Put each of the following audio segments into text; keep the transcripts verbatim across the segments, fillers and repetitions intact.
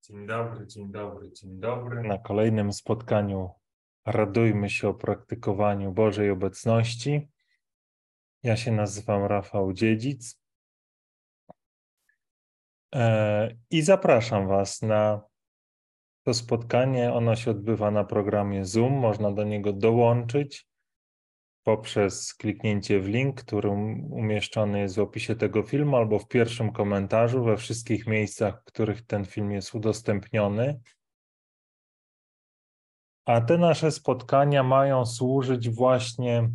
Dzień dobry, dzień dobry, dzień dobry. Na kolejnym spotkaniu radujmy się o praktykowaniu Bożej obecności. Ja się nazywam Rafał Dziedzic i zapraszam Was na to spotkanie. Ono się odbywa na programie Zoom. Można do niego dołączyć poprzez kliknięcie w link, który umieszczony jest w opisie tego filmu albo w pierwszym komentarzu we wszystkich miejscach, w których ten film jest udostępniony. A te nasze spotkania mają służyć właśnie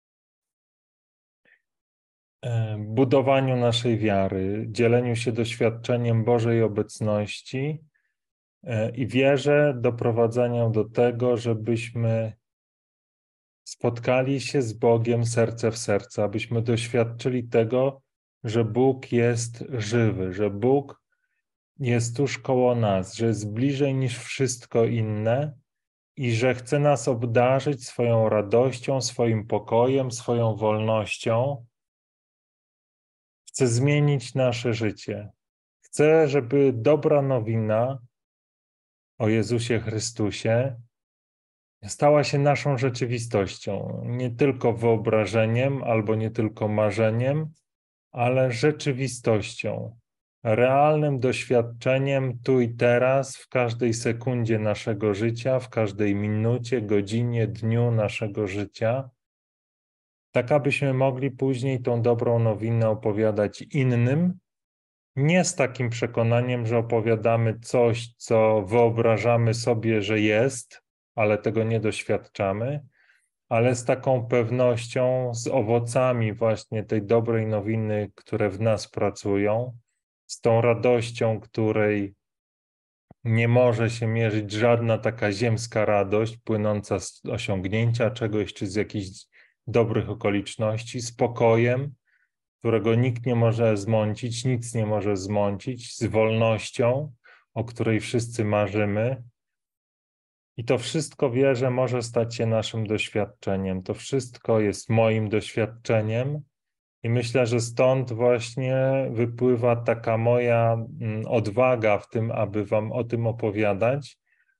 budowaniu naszej wiary, dzieleniu się doświadczeniem Bożej obecności i wierze doprowadzania do tego, żebyśmy spotkali się z Bogiem serce w serce, abyśmy doświadczyli tego, że Bóg jest żywy, że Bóg jest tuż koło nas, że jest bliżej niż wszystko inne i że chce nas obdarzyć swoją radością, swoim pokojem, swoją wolnością. Chce zmienić nasze życie. Chce, żeby dobra nowina o Jezusie Chrystusie stała się naszą rzeczywistością. Nie tylko wyobrażeniem albo nie tylko marzeniem, ale rzeczywistością. Realnym doświadczeniem tu i teraz, w każdej sekundzie naszego życia, w każdej minucie, godzinie, dniu naszego życia, tak abyśmy mogli później tą dobrą nowinę opowiadać innym, nie z takim przekonaniem, że opowiadamy coś, co wyobrażamy sobie, że jest, ale tego nie doświadczamy, ale z taką pewnością, z owocami właśnie tej dobrej nowiny, które w nas pracują, z tą radością, której nie może się mierzyć żadna taka ziemska radość płynąca z osiągnięcia czegoś czy z jakichś dobrych okoliczności, spokojem, którego nikt nie może zmącić, nic nie może zmącić, z wolnością, o której wszyscy marzymy. I to wszystko, wierzę, może stać się naszym doświadczeniem. To wszystko jest moim doświadczeniem i myślę, że stąd właśnie wypływa taka moja odwaga w tym, aby wam o tym opowiadać.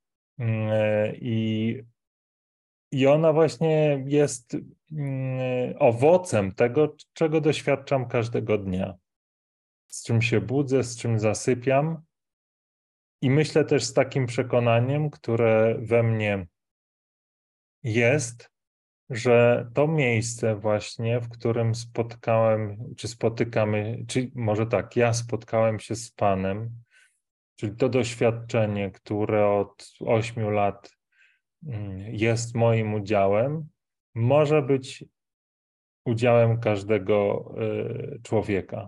I, i ona właśnie jest owocem tego, czego doświadczam każdego dnia. Z czym się budzę, z czym zasypiam. I myślę też z takim przekonaniem, które we mnie jest, że to miejsce właśnie, w którym spotkałem, czy spotykamy, czy może tak, ja spotkałem się z Panem, czyli to doświadczenie, które od ośmiu lat jest moim udziałem, może być udziałem każdego człowieka.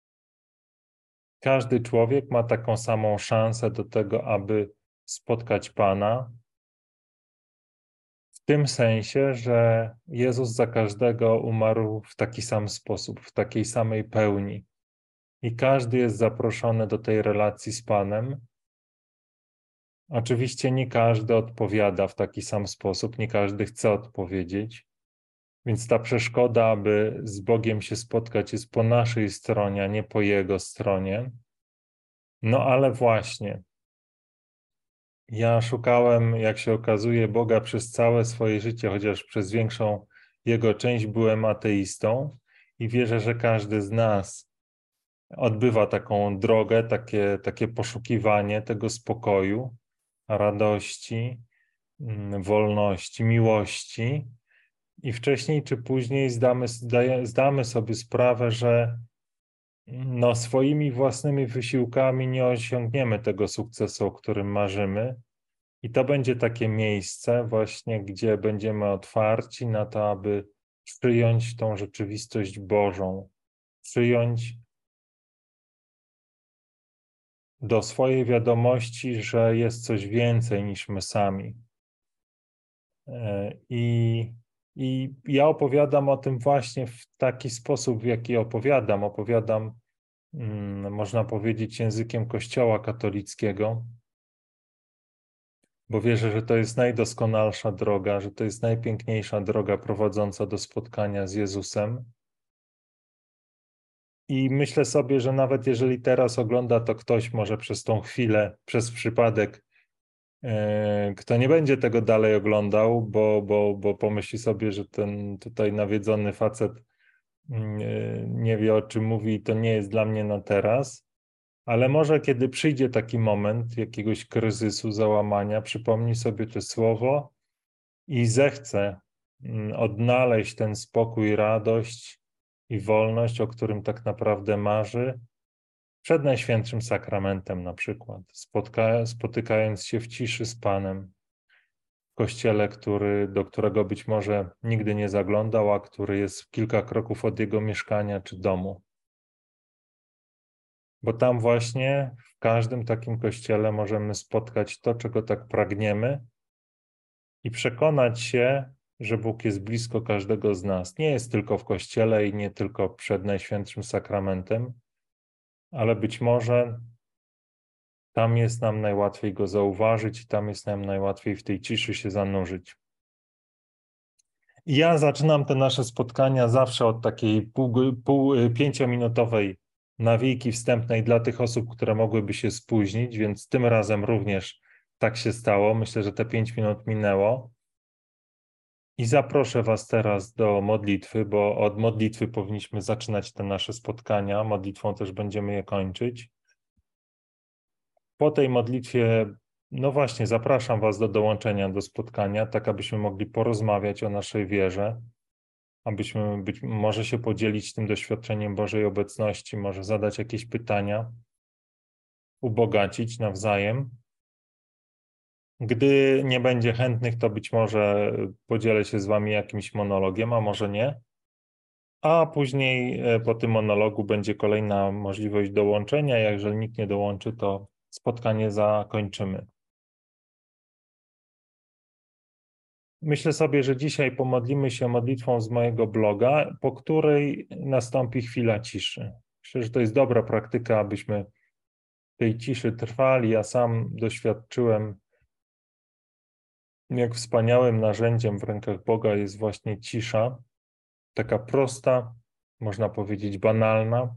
Każdy człowiek ma taką samą szansę do tego, aby spotkać Pana, w tym sensie, że Jezus za każdego umarł w taki sam sposób, w takiej samej pełni. I każdy jest zaproszony do tej relacji z Panem. Oczywiście nie każdy odpowiada w taki sam sposób, nie każdy chce odpowiedzieć, więc ta przeszkoda, aby z Bogiem się spotkać, jest po naszej stronie, a nie po Jego stronie. No ale właśnie, ja szukałem, jak się okazuje, Boga przez całe swoje życie, chociaż przez większą jego część byłem ateistą i wierzę, że każdy z nas odbywa taką drogę, takie, takie poszukiwanie tego spokoju, radości, wolności, miłości i wcześniej czy później zdamy, zdaje, zdamy sobie sprawę, że no, swoimi własnymi wysiłkami nie osiągniemy tego sukcesu, o którym marzymy. I to będzie takie miejsce właśnie, gdzie będziemy otwarci na to, aby przyjąć tą rzeczywistość Bożą, przyjąć do swojej wiadomości, że jest coś więcej niż my sami. I, i ja opowiadam o tym właśnie w taki sposób, w jaki opowiadam. Opowiadam, hmm, można powiedzieć, językiem Kościoła katolickiego, bo wierzę, że to jest najdoskonalsza droga, że to jest najpiękniejsza droga prowadząca do spotkania z Jezusem. I myślę sobie, że nawet jeżeli teraz ogląda to ktoś może przez tą chwilę, przez przypadek, e, kto nie będzie tego dalej oglądał, bo, bo, bo pomyśli sobie, że ten tutaj nawiedzony facet mm, e, nie wie, o czym mówi i to nie jest dla mnie na teraz, ale może kiedy przyjdzie taki moment jakiegoś kryzysu, załamania, przypomni sobie to słowo i zechce mm, odnaleźć ten spokój, radość i wolność, o którym tak naprawdę marzy, przed Najświętszym Sakramentem na przykład, spotka, spotykając się w ciszy z Panem, w kościele, który, do którego być może nigdy nie zaglądał, a który jest kilka kroków od jego mieszkania czy domu. Bo tam właśnie w każdym takim kościele możemy spotkać to, czego tak pragniemy i przekonać się, że Bóg jest blisko każdego z nas. Nie jest tylko w kościele i nie tylko przed Najświętszym Sakramentem, ale być może tam jest nam najłatwiej Go zauważyć i tam jest nam najłatwiej w tej ciszy się zanurzyć. I ja zaczynam te nasze spotkania zawsze od takiej pół, pół, pięciominutowej nawijki wstępnej dla tych osób, które mogłyby się spóźnić, więc tym razem również tak się stało. Myślę, że te pięć minut minęło. I zaproszę Was teraz do modlitwy, bo od modlitwy powinniśmy zaczynać te nasze spotkania. Modlitwą też będziemy je kończyć. Po tej modlitwie, no właśnie, zapraszam Was do dołączenia do spotkania, tak abyśmy mogli porozmawiać o naszej wierze, abyśmy być może się podzielić tym doświadczeniem Bożej obecności, może zadać jakieś pytania, ubogacić nawzajem. Gdy nie będzie chętnych, to być może podzielę się z Wami jakimś monologiem, a może nie. A później po tym monologu będzie kolejna możliwość dołączenia. Jeżeli nikt nie dołączy, to spotkanie zakończymy. Myślę sobie, że dzisiaj pomodlimy się modlitwą z mojego bloga, po której nastąpi chwila ciszy. Myślę, że to jest dobra praktyka, abyśmy tej ciszy trwali. Ja sam doświadczyłem, jak wspaniałym narzędziem w rękach Boga jest właśnie cisza, taka prosta, można powiedzieć banalna,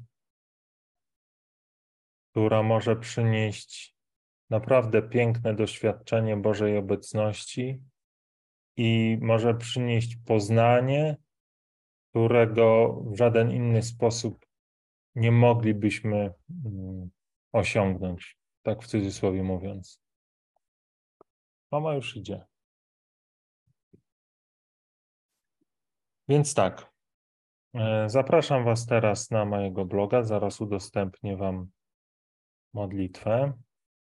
która może przynieść naprawdę piękne doświadczenie Bożej obecności i może przynieść poznanie, którego w żaden inny sposób nie moglibyśmy osiągnąć, tak w cudzysłowie mówiąc. Mama już idzie. Więc tak, zapraszam Was teraz na mojego bloga, zaraz udostępnię Wam modlitwę.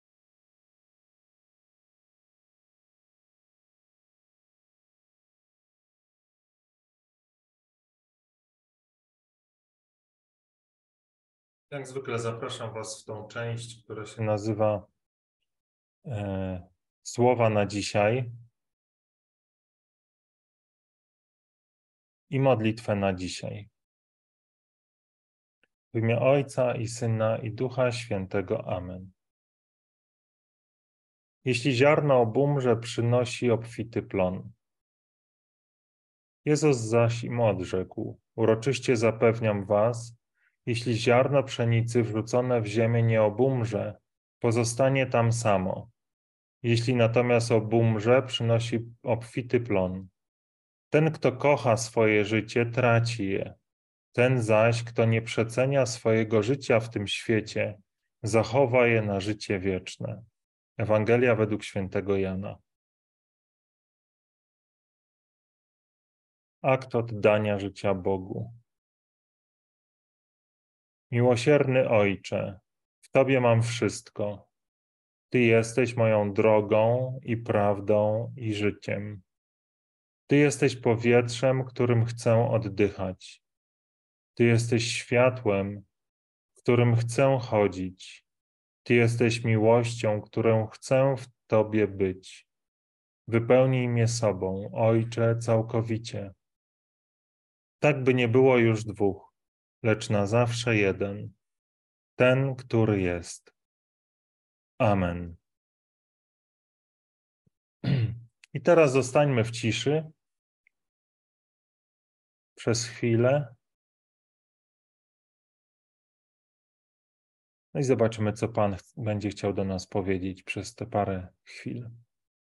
Jak zwykle zapraszam Was w tą część, która się nazywa e, Słowa na dzisiaj i modlitwę na dzisiaj. W imię Ojca i Syna i Ducha Świętego. Amen. Jeśli ziarno obumrze, przynosi obfity plon. Jezus zaś im odrzekł: uroczyście zapewniam was, jeśli ziarno pszenicy wrzucone w ziemię nie obumrze, pozostanie tam samo. Jeśli natomiast obumrze, przynosi obfity plon. Ten, kto kocha swoje życie, traci je. Ten zaś, kto nie przecenia swojego życia w tym świecie, zachowa je na życie wieczne. Ewangelia według świętego Jana. Akt oddania życia Bogu. Miłosierny Ojcze, w Tobie mam wszystko. Ty jesteś moją drogą i prawdą i życiem. Ty jesteś powietrzem, którym chcę oddychać. Ty jesteś światłem, w którym chcę chodzić. Ty jesteś miłością, którą chcę w Tobie być. Wypełnij mnie sobą, Ojcze, całkowicie. Tak by nie było już dwóch, lecz na zawsze jeden. Ten, który jest. Amen. I teraz zostańmy w ciszy przez chwilę. No i zobaczymy, co Pan ch- będzie chciał do nas powiedzieć przez te parę chwil.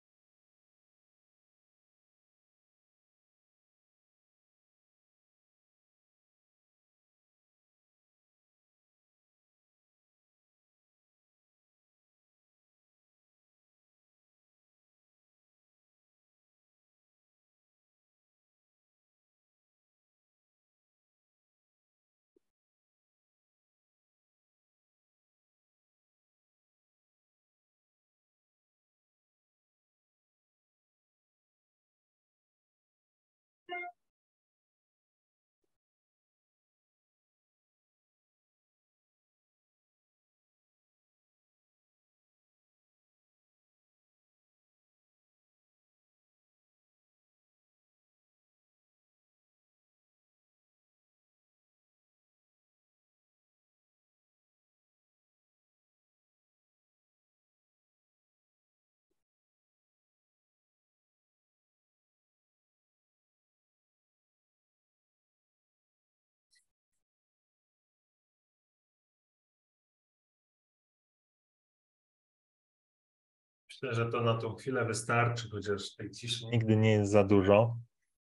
Myślę, że to na tą chwilę wystarczy, chociaż tej ciszy nigdy nie jest za dużo.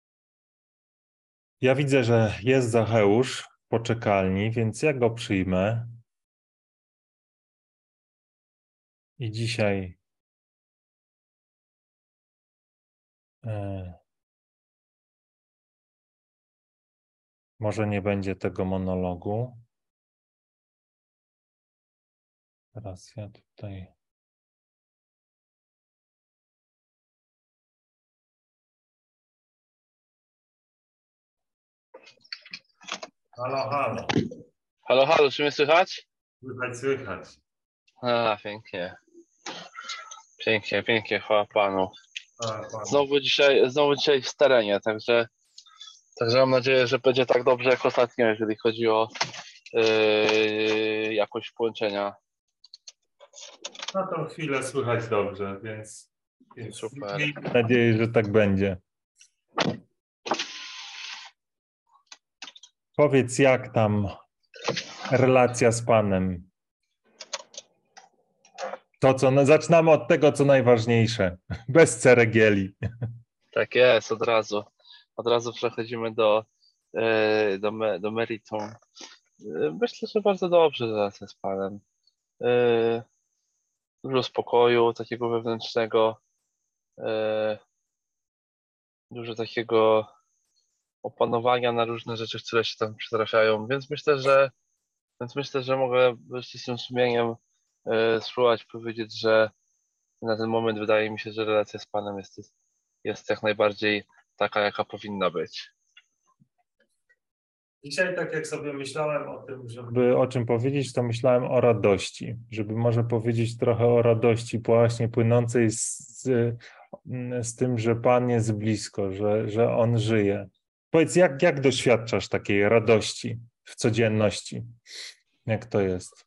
Ja widzę, że jest Zacheusz w poczekalni, więc ja go przyjmę. I dzisiaj e, może nie będzie tego monologu. Teraz ja tutaj. Halo, halo. Halo, halo, czy mnie słychać? Słychać, słychać. A, pięknie. Pięknie, pięknie, chwała Panu. Tak, Panu. Znowu dzisiaj, znowu dzisiaj w terenie, także, także mam nadzieję, że będzie tak dobrze jak ostatnio, jeżeli chodzi o yy, jakość połączenia. Na tą chwilę słychać dobrze, więc, więc Super. miejmy nadzieję, że tak będzie. Powiedz, jak tam relacja z Panem? To, co, no, zaczynamy od tego, co najważniejsze. Bez ceregieli. Tak jest, od razu. Od razu przechodzimy do, yy, do, me, do meritum. Yy, myślę, że bardzo dobrze relacja z Panem. Yy, dużo spokoju, takiego wewnętrznego. Yy, dużo takiego opanowania na różne rzeczy, które się tam przytrafiają, więc myślę, że więc myślę, że mogę z czystym sumieniem e, spróbować powiedzieć, że na ten moment wydaje mi się, że relacja z Panem jest, jest jak najbardziej taka, jaka powinna być. Dzisiaj, tak jak sobie myślałem o tym, żeby o czym powiedzieć, to myślałem o radości. Żeby może powiedzieć trochę o radości właśnie płynącej z, z, z tym, że Pan jest blisko, że, że On żyje. Powiedz, jak, jak doświadczasz takiej radości w codzienności? Jak to jest?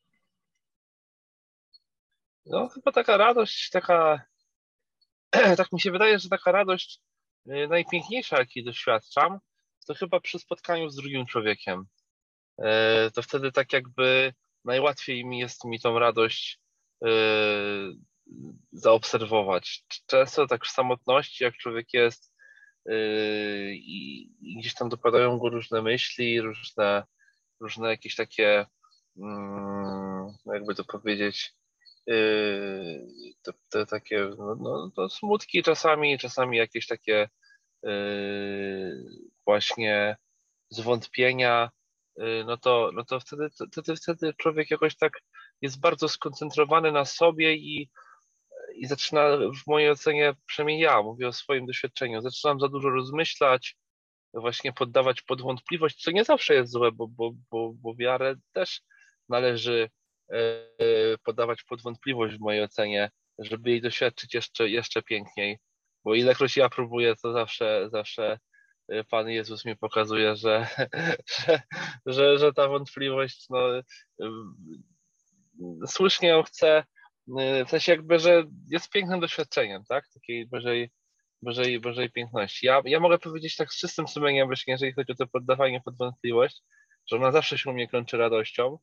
No chyba taka radość, taka, tak mi się wydaje, że taka radość e, najpiękniejsza, jakiej doświadczam, to chyba przy spotkaniu z drugim człowiekiem. E, To wtedy tak jakby najłatwiej mi jest mi tą radość e, zaobserwować. Często tak w samotności, jak człowiek jest yy, i, i gdzieś tam dopadają go różne myśli, różne, różne jakieś takie, mm, jakby to powiedzieć, yy, te, te takie no, no, to smutki czasami, czasami jakieś takie yy, właśnie zwątpienia, yy, no to, no to wtedy, wtedy, wtedy człowiek jakoś tak jest bardzo skoncentrowany na sobie i i zaczyna, w mojej ocenie, przynajmniej ja mówię o swoim doświadczeniu, zaczynam za dużo rozmyślać, właśnie poddawać pod wątpliwość, co nie zawsze jest złe, bo, bo, bo, bo wiarę też należy e, poddawać pod wątpliwość w mojej ocenie, żeby jej doświadczyć jeszcze, jeszcze piękniej. Bo ilekroć ja próbuję, to zawsze, zawsze e, Pan Jezus mi pokazuje, że, że, że, że ta wątpliwość, no, e, słusznie ją chcę, y, w sensie jakby, że jest pięknym doświadczeniem, tak? Takiej Bożej, Bożej, Bożej piękności. Ja, ja mogę powiedzieć tak z czystym sumieniem, właśnie jeżeli chodzi o to poddawanie pod wątpliwość, że ona zawsze się u mnie kończy radością,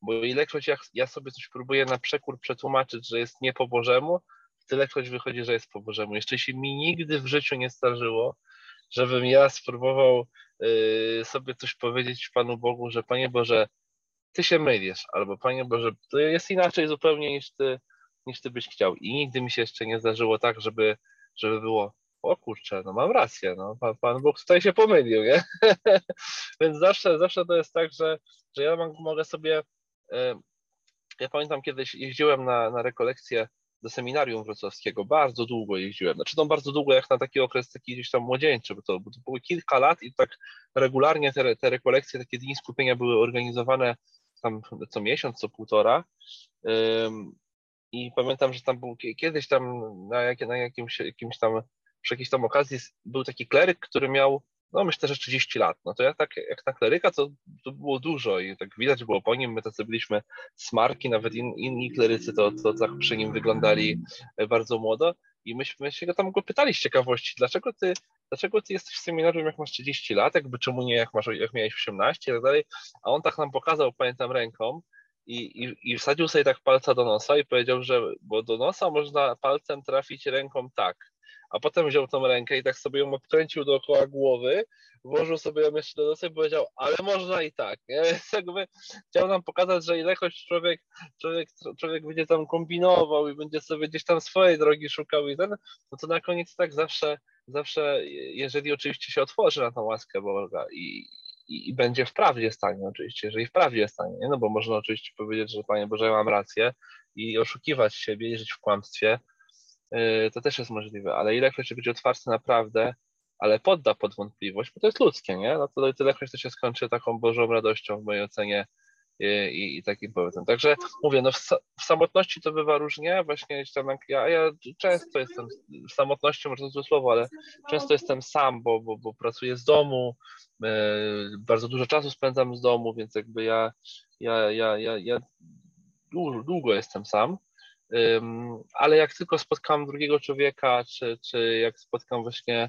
Bo ilekroć ja, ja sobie coś próbuję na przekór przetłumaczyć, że jest nie po Bożemu, tylekroć wychodzi, że jest po Bożemu. Jeszcze się mi nigdy w życiu nie zdarzyło, żebym ja spróbował yy, sobie coś powiedzieć Panu Bogu, że Panie Boże, Ty się mylisz, albo Panie Boże, to jest inaczej zupełnie niż Ty, niż ty byś chciał. I nigdy mi się jeszcze nie zdarzyło tak, żeby, żeby było, o kurczę, no mam rację, no Pan, Pan Bóg tutaj się pomylił, nie? Więc zawsze, zawsze to jest tak, że, że ja mogę sobie, yy, ja pamiętam kiedyś jeździłem na, na rekolekcje do seminarium wrocławskiego, bardzo długo jeździłem, znaczy no bardzo długo jak na taki okres taki gdzieś tam młodzieńczy, bo to, bo to było kilka lat i tak regularnie te, te rekolekcje, takie dni skupienia były organizowane tam co miesiąc, co półtora. I pamiętam, że tam był kiedyś tam na, jak, na jakimś, jakimś tam, przy jakiejś tam okazji był taki kleryk, który miał, no myślę, że trzydzieści lat. No to ja tak, jak na kleryka, to, to było dużo i tak widać było po nim, my tacy byliśmy smarki, nawet in, inni klerycy to, to tak przy nim wyglądali bardzo młodo i myśmy się go tam go pytali z ciekawości, dlaczego ty, dlaczego ty jesteś w seminarium, jak masz trzydzieści lat, jakby czemu nie, jak, masz, jak miałeś osiemnaście i tak dalej, a on tak nam pokazał, pamiętam, ręką, I, i, i wsadził sobie tak palca do nosa i powiedział, że bo do nosa można palcem trafić ręką tak, a potem wziął tą rękę i tak sobie ją odkręcił dookoła głowy, włożył sobie ją jeszcze do nosa i powiedział, ale można i tak, nie? Więc jakby chciał nam pokazać, że ilekroć człowiek, człowiek, człowiek będzie tam kombinował i będzie sobie gdzieś tam swojej drogi szukał i ten, no to na koniec tak zawsze, zawsze, jeżeli oczywiście się otworzy na tą łaskę Boga i I, i będzie w prawdzie stanie oczywiście, jeżeli w prawdzie stanie, nie? No bo można oczywiście powiedzieć, że Panie Boże, ja mam rację i oszukiwać siebie i żyć w kłamstwie, yy, to też jest możliwe, ale ilekroć będzie otwarty na prawdę, ale podda pod wątpliwość, bo to jest ludzkie, nie? No to tylekroć to się skończy taką Bożą radością w mojej ocenie i, i, i takim powrotem. Także mówię, no w, w samotności to bywa różnie, właśnie tam, ja, ja często jestem w samotności, może to złe słowo, ale często jestem sam, bo, bo, bo pracuję z domu, bardzo dużo czasu spędzam z domu, więc jakby ja, ja, ja, ja, ja długo, długo jestem sam, ale jak tylko spotkam drugiego człowieka, czy, czy jak spotkam właśnie,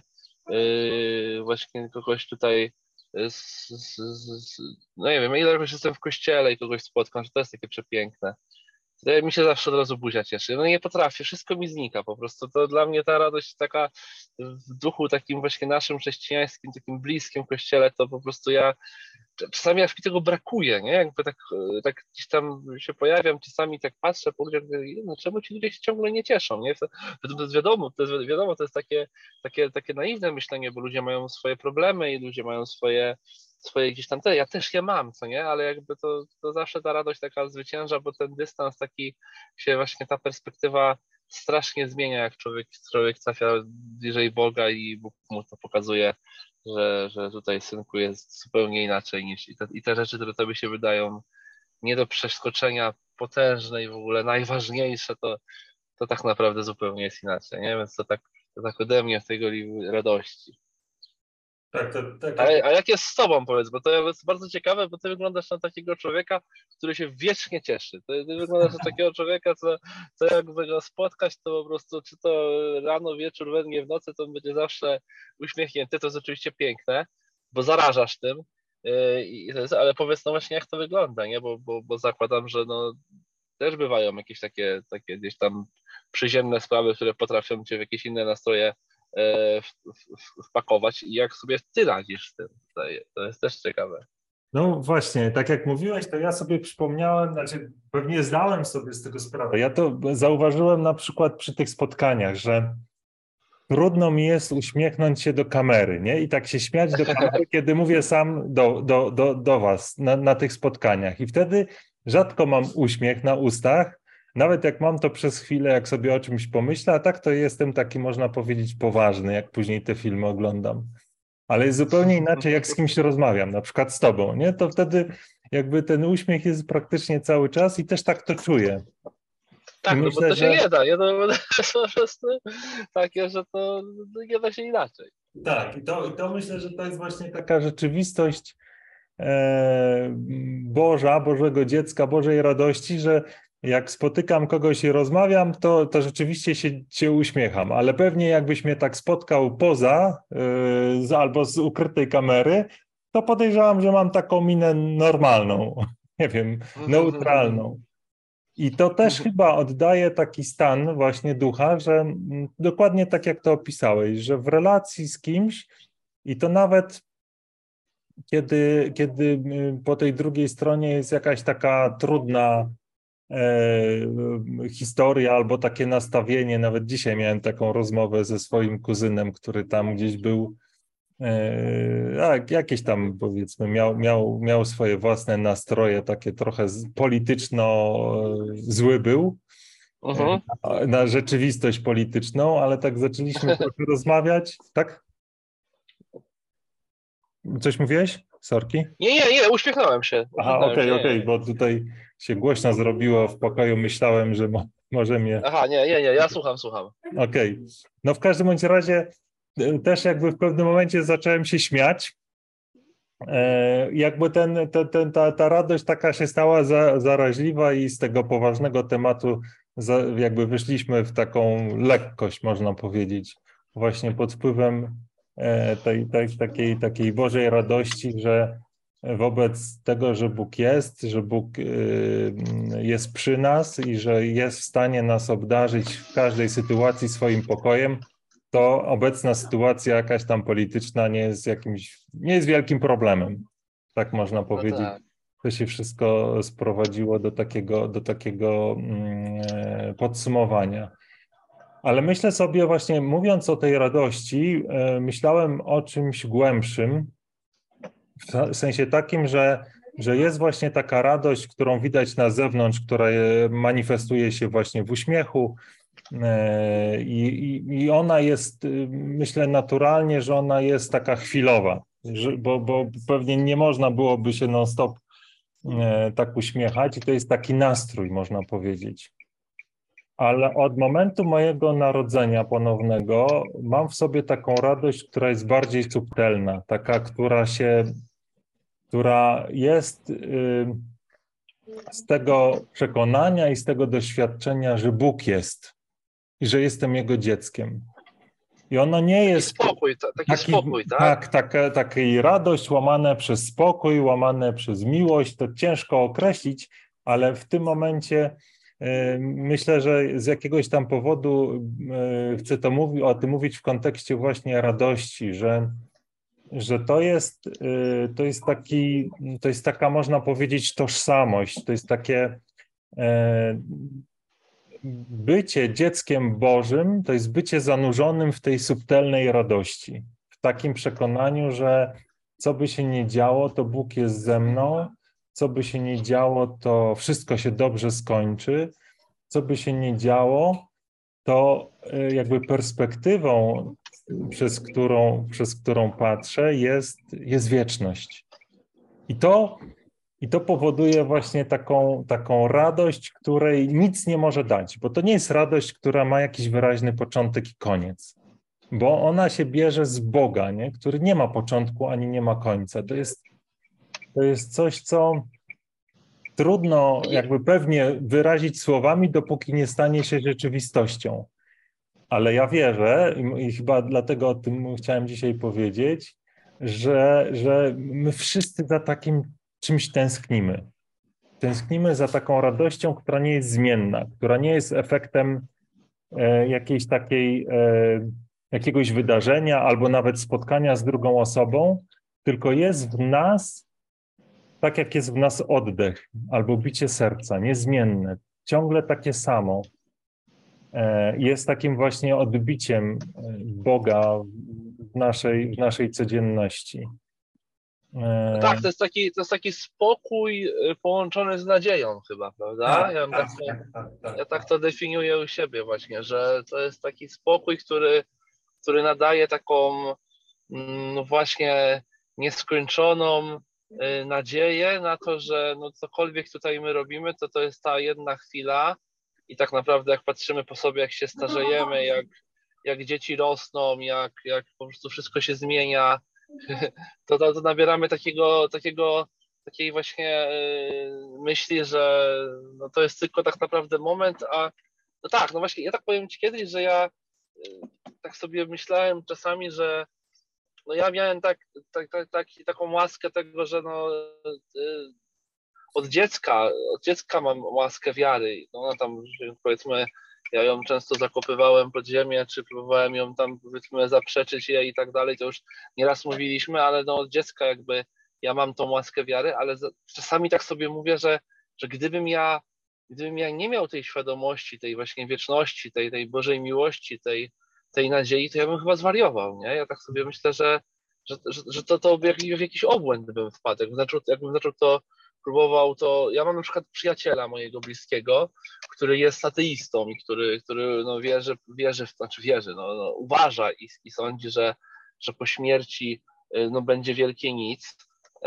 właśnie kogoś tutaj, z, z, z, no nie wiem, ile już jestem w kościele i kogoś spotkam, że to jest takie przepiękne. To mi się zawsze od razu buzia cieszy. No nie potrafię, wszystko mi znika po prostu. To dla mnie ta radość taka w duchu takim właśnie naszym chrześcijańskim, takim bliskim kościele, to po prostu ja czasami aż mi tego brakuje, nie? Jakby tak, tak gdzieś tam się pojawiam, czasami tak patrzę po ludziach, no czemu ci ludzie się ciągle nie cieszą, nie? To, to jest wiadomo, to jest wiadomo, to jest takie, takie, takie naiwne myślenie, bo ludzie mają swoje problemy i ludzie mają swoje swoje gdzieś tam te, ja też je mam, co nie, ale jakby to, to zawsze ta radość taka zwycięża, bo ten dystans taki się właśnie, ta perspektywa strasznie zmienia, jak człowiek, człowiek trafia bliżej Boga i Bóg mu to pokazuje, że, że tutaj, synku, jest zupełnie inaczej niż i te, i te rzeczy, które tobie się wydają nie do przeskoczenia, potężne i w ogóle najważniejsze, to, to tak naprawdę zupełnie jest inaczej, nie? Więc to tak, to tak ode mnie w tej goli radości. Tak, to, tak, A, a jak jest z tobą, powiedz, bo to jest bardzo ciekawe, bo ty wyglądasz na takiego człowieka, który się wiecznie cieszy. Ty, ty wyglądasz na takiego człowieka, co, co jakby go spotkać, to po prostu, czy to rano, wieczór, we dnie, w nocy, to on będzie zawsze uśmiechnięty. To jest oczywiście piękne, bo zarażasz tym. Yy, i to jest, ale powiedz, no właśnie, jak to wygląda, nie? Bo, bo, bo zakładam, że no, też bywają jakieś takie, takie gdzieś tam przyziemne sprawy, które potrafią cię w jakieś inne nastroje wpakować i jak sobie ty radzisz z tym. To jest też ciekawe. No właśnie, tak jak mówiłeś, to ja sobie przypomniałem, znaczy pewnie zdałem sobie z tego sprawę. Ja to zauważyłem na przykład przy tych spotkaniach, że trudno mi jest uśmiechnąć się do kamery, nie? I tak się śmiać do kamery, kiedy mówię sam do, do, do, do was na, na tych spotkaniach. I wtedy rzadko mam uśmiech na ustach, nawet jak mam to przez chwilę, jak sobie o czymś pomyślę, a tak to jestem taki, można powiedzieć, poważny, jak później te filmy oglądam. Ale jest zupełnie inaczej, jak z kimś rozmawiam, na przykład z tobą, nie? To wtedy jakby ten uśmiech jest praktycznie cały czas i też tak to czuję. Tak, myślę, no bo to się że... nie da. Ja to jest po prostu takie, że to nie da się inaczej. Tak, i to, i to myślę, że to jest właśnie taka rzeczywistość e, Boża, Bożego dziecka, Bożej radości, że jak spotykam kogoś i rozmawiam, to, to rzeczywiście się, się uśmiecham, ale pewnie jakbyś mnie tak spotkał poza yy, z, albo z ukrytej kamery, to podejrzewam, że mam taką minę normalną. nie wiem, neutralną. I to też chyba oddaje taki stan właśnie ducha, że mm, dokładnie tak jak to opisałeś, że w relacji z kimś i to nawet kiedy, kiedy y, po tej drugiej stronie jest jakaś taka trudna e, historia albo takie nastawienie, nawet dzisiaj miałem taką rozmowę ze swoim kuzynem, który tam gdzieś był, e, a, jakieś tam powiedzmy miał, miał, miał swoje własne nastroje, takie trochę z- polityczno e, zły był Mhm. e, na rzeczywistość polityczną, ale tak zaczęliśmy trochę rozmawiać, tak? Coś mówiłeś? Sorki? Nie, nie, nie, uśmiechnąłem się. Aha, Uśmiechnąłem okej, się. Nie, okej, nie. bo tutaj się głośno zrobiło w pokoju, myślałem, że mo może mnie... Aha, nie, nie, nie, ja słucham, słucham. Okej, no w każdym bądź razie e, też jakby w pewnym momencie zacząłem się śmiać. E, jakby ten, te, ten, ta, ta radość taka się stała za, zaraźliwa i z tego poważnego tematu za, jakby wyszliśmy w taką lekkość, można powiedzieć, właśnie pod wpływem e, tej, tej, takiej, takiej Bożej radości, że wobec tego, że Bóg jest, że Bóg y, jest przy nas i że jest w stanie nas obdarzyć w każdej sytuacji swoim pokojem, to obecna sytuacja jakaś tam polityczna nie jest jakimś, nie jest wielkim problemem. Tak można No powiedzieć. tak. To się wszystko sprowadziło do takiego, do takiego mm, podsumowania. Ale myślę sobie właśnie, mówiąc o tej radości, e, myślałem o czymś głębszym, w sensie takim, że, że jest właśnie taka radość, którą widać na zewnątrz, która e, manifestuje się właśnie w uśmiechu, e, i, i, i ona jest, y, myślę naturalnie, że ona jest taka chwilowa, że, bo, bo pewnie nie można byłoby się non-stop e, tak uśmiechać i to jest taki nastrój, można powiedzieć. Ale od momentu mojego narodzenia ponownego mam w sobie taką radość, która jest bardziej subtelna, taka, która się która jest y, z tego przekonania i z tego doświadczenia, że Bóg jest i że jestem Jego dzieckiem. I ono nie Taki jest spokój, ta, taki taki, spokój, tak? tak, taka, takiej radość łamane przez spokój, łamane przez miłość, to ciężko określić, ale w tym momencie y, myślę, że z jakiegoś tam powodu y, chcę to mówi, o tym mówić w kontekście właśnie radości, że że to jest, y, to jest taki, to jest taka, można powiedzieć, tożsamość, to jest takie e, bycie dzieckiem Bożym, to jest bycie zanurzonym w tej subtelnej radości, w takim przekonaniu, że co by się nie działo, to Bóg jest ze mną, co by się nie działo, to wszystko się dobrze skończy, co by się nie działo, to e, jakby perspektywą, przez którą, przez którą patrzę, jest, jest wieczność. I to, i to powoduje właśnie taką, taką radość, której nic nie może dać, bo to nie jest radość, która ma jakiś wyraźny początek i koniec, bo ona się bierze z Boga, nie? Który nie ma początku ani nie ma końca. To jest, to jest coś, co trudno jakby pewnie wyrazić słowami, dopóki nie stanie się rzeczywistością. Ale ja wierzę, i chyba dlatego o tym chciałem dzisiaj powiedzieć, że, że my wszyscy za takim czymś tęsknimy. Tęsknimy za taką radością, która nie jest zmienna, która nie jest efektem e, jakiejś takiej, e, jakiegoś wydarzenia albo nawet spotkania z drugą osobą, tylko jest w nas, tak jak jest w nas oddech albo bicie serca, niezmienne, ciągle takie samo. Jest takim właśnie odbiciem Boga w naszej, w naszej codzienności. Tak, to jest taki, to jest taki spokój y, połączony z nadzieją chyba, prawda? Tak, Ja, bym tak, tak, to, tak, tak, tak. ja tak to definiuję u siebie właśnie, że to jest taki spokój, który, który nadaje taką mm, no właśnie nieskończoną y, nadzieję na to, że no cokolwiek tutaj my robimy, to to jest ta jedna chwila i tak naprawdę jak patrzymy po sobie, jak się starzejemy, jak, jak dzieci rosną, jak, jak po prostu wszystko się zmienia, to, to, to nabieramy takiego, takiego, takiej właśnie y, myśli, że no to jest tylko tak naprawdę moment, a no tak, no właśnie, ja tak powiem Ci kiedyś, że ja y, tak sobie myślałem czasami, że no ja miałem tak, tak, tak, tak, taką łaskę tego, że no y, od dziecka, od dziecka mam łaskę wiary. No ona tam, powiedzmy, ja ją często zakopywałem pod ziemię, czy próbowałem ją tam, powiedzmy, zaprzeczyć jej i tak dalej, to już nieraz mówiliśmy, ale no od dziecka jakby ja mam tą łaskę wiary, ale czasami tak sobie mówię, że, że gdybym ja, gdybym ja nie miał tej świadomości, tej właśnie wieczności, tej, tej Bożej miłości, tej, tej nadziei, to ja bym chyba zwariował, nie? Ja tak sobie myślę, że, że, że, że to, to w jakiś obłęd bym wpadł. Jakbym zaczął, jakbym zaczął to próbował, to ja mam na przykład przyjaciela mojego bliskiego, który jest ateistą i który, który no wierzy, wierzy, znaczy wierzy, no, no uważa i, i sądzi, że, że po śmierci no, będzie wielkie nic.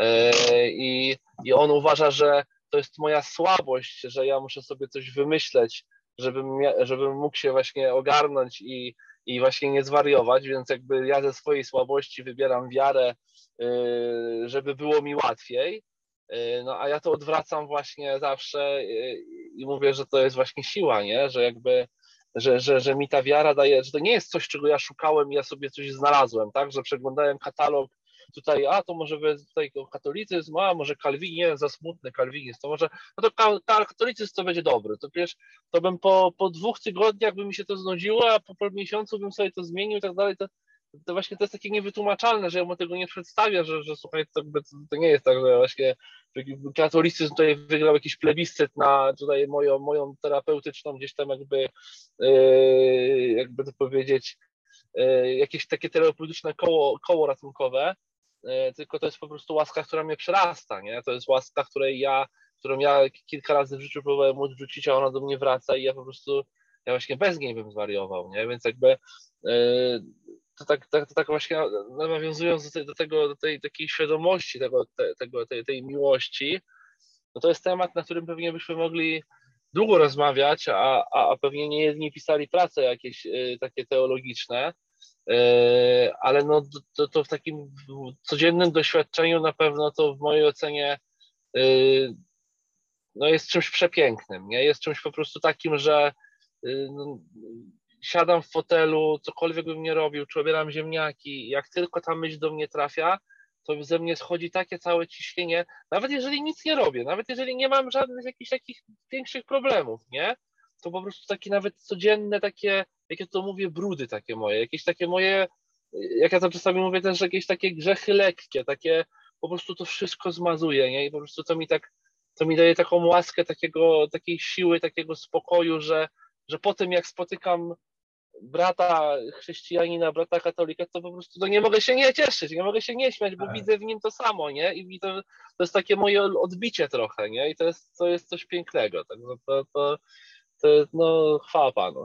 I, I on uważa, że to jest moja słabość, że ja muszę sobie coś wymyśleć, żebym, żebym mógł się właśnie ogarnąć i, i właśnie nie zwariować, więc jakby ja ze swojej słabości wybieram wiarę, żeby było mi łatwiej. No a ja to odwracam właśnie zawsze i mówię, że to jest właśnie siła, nie? Że jakby, że, że, że mi ta wiara daje, że to nie jest coś, czego ja szukałem i ja sobie coś znalazłem, tak? Że przeglądałem katalog tutaj, a to może tutaj katolicyzm, a może kalwinizm, nie, za smutny kalwinizm, to może, no to katolicyzm to będzie dobry, to wiesz, to bym po, po dwóch tygodniach by mi się to znudziło, a po, po miesiącu bym sobie to zmienił i tak dalej, to to właśnie to jest takie niewytłumaczalne, że ja mu tego nie przedstawię, że, że słuchaj, to, to nie jest tak, że właśnie katolicyzm tutaj wygrał jakiś plebiscyt na tutaj moją, moją terapeutyczną gdzieś tam jakby, yy, jakby to powiedzieć, yy, jakieś takie terapeutyczne koło, koło ratunkowe, yy, tylko to jest po prostu łaska, która mnie przerasta, nie? To jest łaska, której ja, którą ja kilka razy w życiu próbowałem odrzucić, a ona do mnie wraca i ja po prostu, ja właśnie bez niej bym zwariował, nie? Więc jakby yy, to tak, tak, to tak właśnie nawiązując do, tej, do tego, do tej takiej świadomości tego, te, tego tej, tej miłości, no to jest temat, na którym pewnie byśmy mogli długo rozmawiać, a, a, a pewnie nie jedni pisali prace jakieś y, takie teologiczne, y, ale no to, to w takim codziennym doświadczeniu na pewno to w mojej ocenie y, no jest czymś przepięknym, nie? Jest czymś po prostu takim, że y, no, siadam w fotelu, cokolwiek bym nie robił, czy obieram ziemniaki, jak tylko ta myśl do mnie trafia, to ze mnie schodzi takie całe ciśnienie, nawet jeżeli nic nie robię, nawet jeżeli nie mam żadnych jakichś takich większych problemów, nie? To po prostu takie nawet codzienne takie, jak ja to mówię, brudy takie moje, jakieś takie moje, jak ja to czasami mówię też, jakieś takie grzechy lekkie, takie po prostu to wszystko zmazuje, nie? I po prostu to mi tak, to mi daje taką łaskę takiego, takiej siły, takiego spokoju, że że po tym jak spotykam brata chrześcijanina, brata katolika, to po prostu to nie mogę się nie cieszyć, nie mogę się nie śmiać, bo widzę w nim to samo, nie? I to, to jest takie moje odbicie trochę, nie? I to jest, to jest coś pięknego, tak? No, to, to, to, no chwała Panu.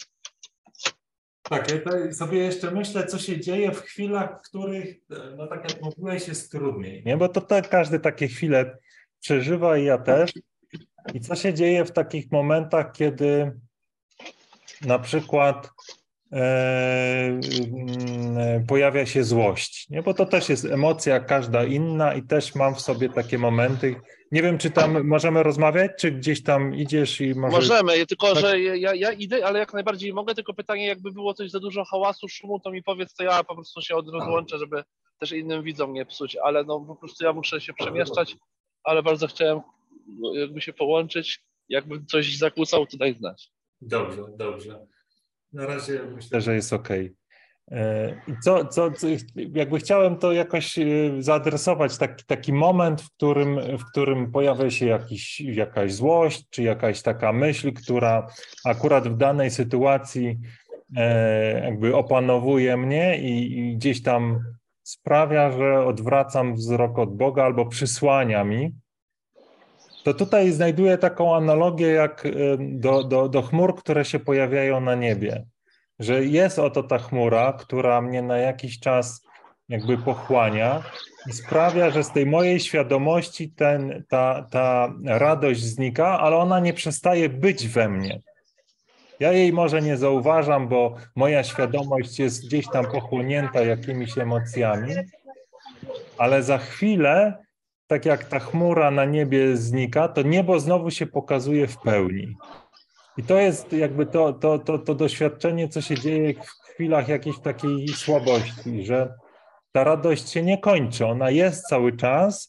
Tak, ja tutaj sobie jeszcze myślę, co się dzieje w chwilach, w których, no tak jak mówiłeś, jest trudniej, nie? Bo to tak, każdy takie chwile przeżywa i ja też. I co się dzieje w takich momentach, kiedy na przykład e, e, pojawia się złość, nie? Bo to też jest emocja każda inna i też mam w sobie takie momenty. Nie wiem, czy tam możemy rozmawiać, czy gdzieś tam idziesz i może... Możemy, tylko tak... że ja, ja idę, ale jak najbardziej mogę, tylko pytanie, jakby było coś za dużo hałasu, szumu, to mi powiedz, to ja po prostu się rozłączę, żeby też innym widzom nie psuć, ale no po prostu ja muszę się przemieszczać, ale bardzo chciałem jakby się połączyć, jakby coś zakłócał, to daj znać. Dobrze, dobrze. Na razie myślę, że jest okej. I co, co, co, jakby chciałem to jakoś zaadresować, taki, taki moment, w którym, w którym pojawia się jakiś, jakaś złość, czy jakaś taka myśl, która akurat w danej sytuacji jakby opanowuje mnie i, i gdzieś tam sprawia, że odwracam wzrok od Boga albo przysłania mi. To tutaj znajduję taką analogię jak do, do, do chmur, które się pojawiają na niebie. Że jest oto ta chmura, która mnie na jakiś czas jakby pochłania i sprawia, że z tej mojej świadomości ten, ta, ta radość znika, ale ona nie przestaje być we mnie. Ja jej może nie zauważam, bo moja świadomość jest gdzieś tam pochłonięta jakimiś emocjami, ale za chwilę, tak jak ta chmura na niebie znika, to niebo znowu się pokazuje w pełni. I to jest jakby to, to, to, to doświadczenie, co się dzieje w chwilach jakiejś takiej słabości, że ta radość się nie kończy, ona jest cały czas,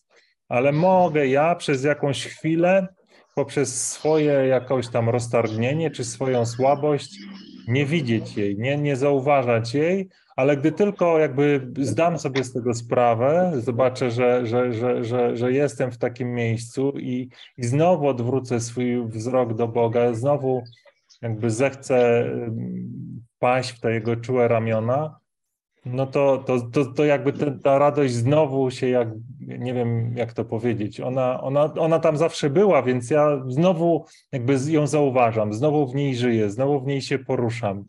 ale mogę ja przez jakąś chwilę, poprzez swoje jakoś tam roztargnienie czy swoją słabość nie widzieć jej, nie, nie zauważać jej, ale gdy tylko jakby zdam sobie z tego sprawę, zobaczę, że, że, że, że, że jestem w takim miejscu i, i znowu odwrócę swój wzrok do Boga, znowu jakby zechcę ym, paść w te jego czułe ramiona, no to, to, to, to jakby te, ta radość znowu się jak, nie wiem jak to powiedzieć, ona, ona, ona tam zawsze była, więc ja znowu jakby ją zauważam, znowu w niej żyję, znowu w niej się poruszam.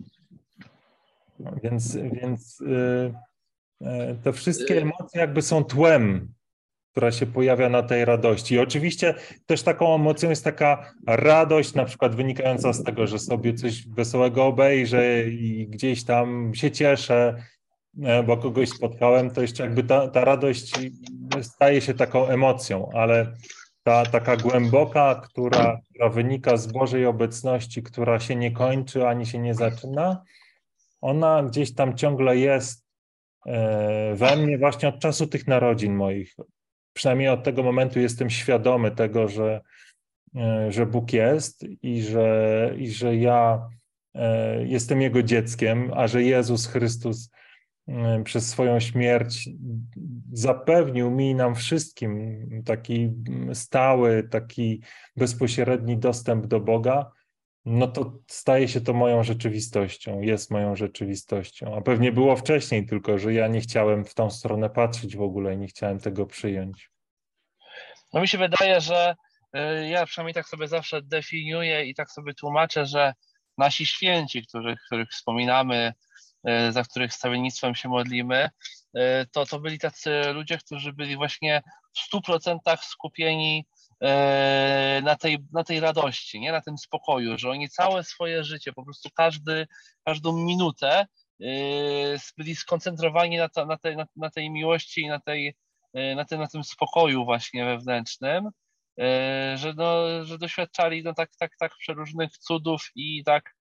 No, więc więc y, y, te wszystkie Y, emocje jakby są tłem, która się pojawia na tej radości. I oczywiście też taką emocją jest taka radość, na przykład wynikająca z tego, że sobie coś wesołego obejrzę i gdzieś tam się cieszę, e, bo kogoś spotkałem, to jeszcze jakby ta, ta radość staje się taką emocją, ale ta taka głęboka, która, która wynika z Bożej obecności, która się nie kończy ani się nie zaczyna, ona gdzieś tam ciągle jest e, we mnie właśnie od czasu tych narodzin moich. Przynajmniej od tego momentu jestem świadomy tego, że, e, że Bóg jest i że, i że ja e, jestem Jego dzieckiem, a że Jezus Chrystus e, przez swoją śmierć zapewnił mi i nam wszystkim taki stały, taki bezpośredni dostęp do Boga, no to staje się to moją rzeczywistością, jest moją rzeczywistością. A pewnie było wcześniej, tylko że ja nie chciałem w tą stronę patrzeć w ogóle i nie chciałem tego przyjąć. No mi się wydaje, że y, ja przynajmniej tak sobie zawsze definiuję i tak sobie tłumaczę, że nasi święci, których, których wspominamy, y, za których stawiennictwem się modlimy, y, to, to byli tacy ludzie, którzy byli właśnie w stu procentach skupieni y, na tej, na tej radości, nie? Na tym spokoju, że oni całe swoje życie, po prostu każdy, każdą minutę y, byli skoncentrowani na, to, na, tej, na, na tej miłości i na tej na tym, na tym spokoju właśnie wewnętrznym, że, no, że doświadczali no, tak, tak, tak przeróżnych cudów i tak,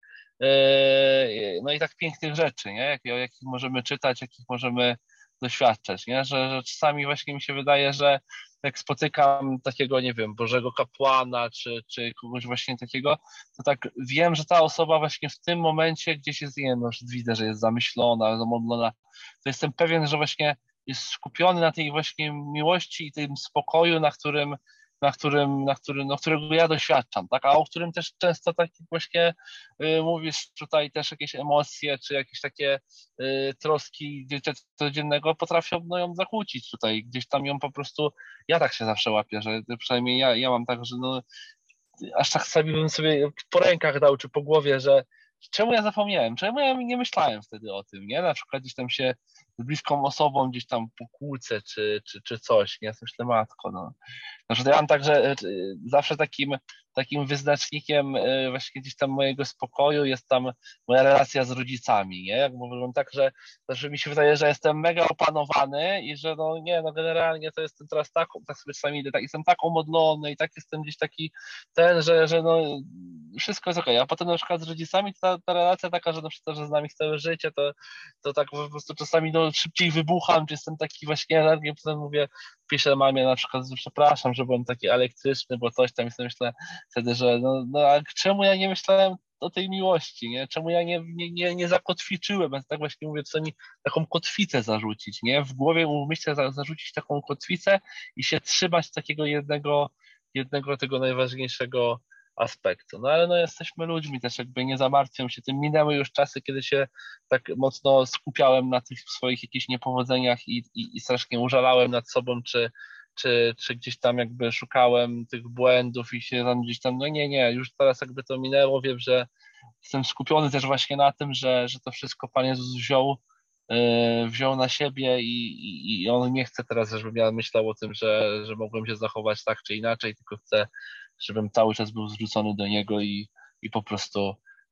no i tak pięknych rzeczy, nie? Jak, o jakich możemy czytać, jakich możemy doświadczać, nie? Że, że czasami właśnie mi się wydaje, że jak spotykam takiego, nie wiem, Bożego kapłana, czy, czy kogoś właśnie takiego, to tak wiem, że ta osoba właśnie w tym momencie gdzieś jest, nie wiem, no, widzę, że jest zamyślona, zamodlona, to jestem pewien, że właśnie jest skupiony na tej właśnie miłości i tym spokoju, na którym, na którym, na którym, no, którego ja doświadczam, tak? A o którym też często tak właśnie y, mówisz tutaj też jakieś emocje, czy jakieś takie y, troski życia codziennego potrafią no, ją zakłócić tutaj, gdzieś tam ją po prostu, ja tak się zawsze łapię, że przynajmniej ja, ja mam tak, że no aż tak sobie bym sobie po rękach dał, czy po głowie, że czemu ja zapomniałem, czemu ja nie myślałem wtedy o tym, nie? Na przykład gdzieś tam się z bliską osobą gdzieś tam pokłócę, czy, czy, czy coś, nie? Ja myślę, matko, no. Znaczy, ja mam tak, że e, zawsze takim, takim wyznacznikiem e, właśnie gdzieś tam mojego spokoju jest tam moja relacja z rodzicami, nie? Jak mówię tak, że, że mi się wydaje, że jestem mega opanowany i że no nie, no generalnie to jestem teraz tak, tak sobie czasami idę, tak, jestem tak umodlony i tak jestem gdzieś taki ten, że, że no wszystko jest okej, okay. A potem na przykład z rodzicami ta, ta relacja taka, że na przykład, że z nami całe życie, to, to tak po prostu czasami no, szybciej wybucham, czy jestem taki właśnie energię, potem mówię, piszę mamie na przykład, że przepraszam, że byłem taki elektryczny, bo coś tam i sobie myślę wtedy, że no, no a czemu ja nie myślałem o tej miłości, nie? Czemu ja nie, nie, nie, nie zakotwiczyłem, więc tak właśnie mówię, co mi taką kotwicę zarzucić, nie? W głowie umyślę za, zarzucić taką kotwicę i się trzymać takiego jednego, jednego tego najważniejszego aspektu. No ale no jesteśmy ludźmi też, jakby nie zamartwiam się tym. Minęły już czasy, kiedy się tak mocno skupiałem na tych swoich jakichś niepowodzeniach i, i, i strasznie użalałem nad sobą, czy, czy, czy gdzieś tam jakby szukałem tych błędów i się tam gdzieś tam, no nie, nie, już teraz jakby to minęło, wiem, że jestem skupiony też właśnie na tym, że, że to wszystko Pan Jezus wziął, yy, wziął na siebie i, i, i On nie chce teraz, żebym ja myślał o tym, że, że mogłem się zachować tak czy inaczej, tylko chce, żebym cały czas był zwrócony do Niego i, i po prostu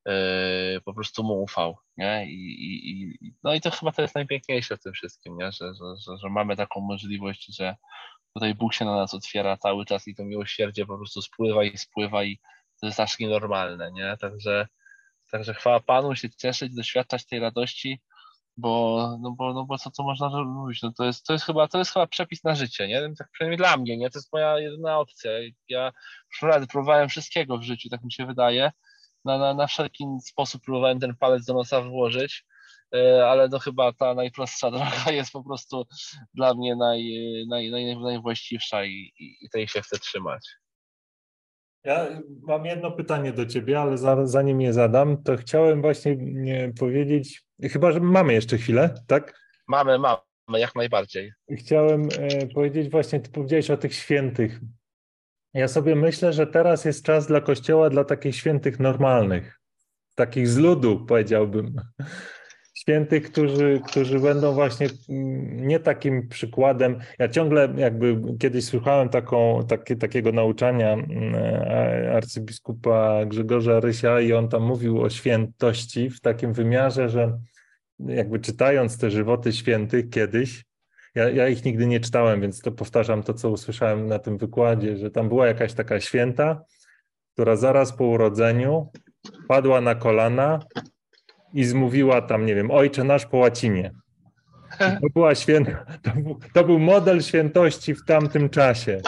yy, po prostu Mu ufał, nie? I, i, i, no i to chyba to jest najpiękniejsze w tym wszystkim, nie? Że, że, że, że mamy taką możliwość, że tutaj Bóg się na nas otwiera cały czas i to miłosierdzie po prostu spływa i spływa i to jest aż nienormalne, nie? Także, także chwała Panu, się cieszyć, doświadczać tej radości Bo, no bo, no bo co tu można mówić, no to jest, to jest chyba, to jest chyba przepis na życie, nie? Tak przynajmniej dla mnie, nie? To jest moja jedyna opcja. Ja już naprawdę próbowałem wszystkiego w życiu, tak mi się wydaje. Na, na, na wszelki sposób próbowałem ten palec do nosa włożyć, e, ale no chyba ta najprostsza droga jest po prostu dla mnie naj, naj, naj, najwłaściwsza i, i, i tej się chcę trzymać. Ja mam jedno pytanie do ciebie, ale za- zanim je zadam, to chciałem właśnie nie, powiedzieć, chyba że mamy jeszcze chwilę, tak? Mamy, mamy, jak najbardziej. Chciałem e, powiedzieć właśnie, ty powiedziałeś o tych świętych. Ja sobie myślę, że teraz jest czas dla Kościoła, dla takich świętych normalnych, takich z ludu, powiedziałbym. Świętych, którzy, którzy będą właśnie mm, nie takim przykładem. Ja ciągle jakby kiedyś słuchałem taką, takie, takiego nauczania mm, arcybiskupa Grzegorza Rysia i on tam mówił o świętości w takim wymiarze, że jakby czytając te żywoty świętych kiedyś, ja, ja ich nigdy nie czytałem, więc to powtarzam to, co usłyszałem na tym wykładzie, że tam była jakaś taka święta, która zaraz po urodzeniu padła na kolana i zmówiła tam, nie wiem, Ojcze nasz po łacinie. I to była święta, to był, to był model świętości w tamtym czasie.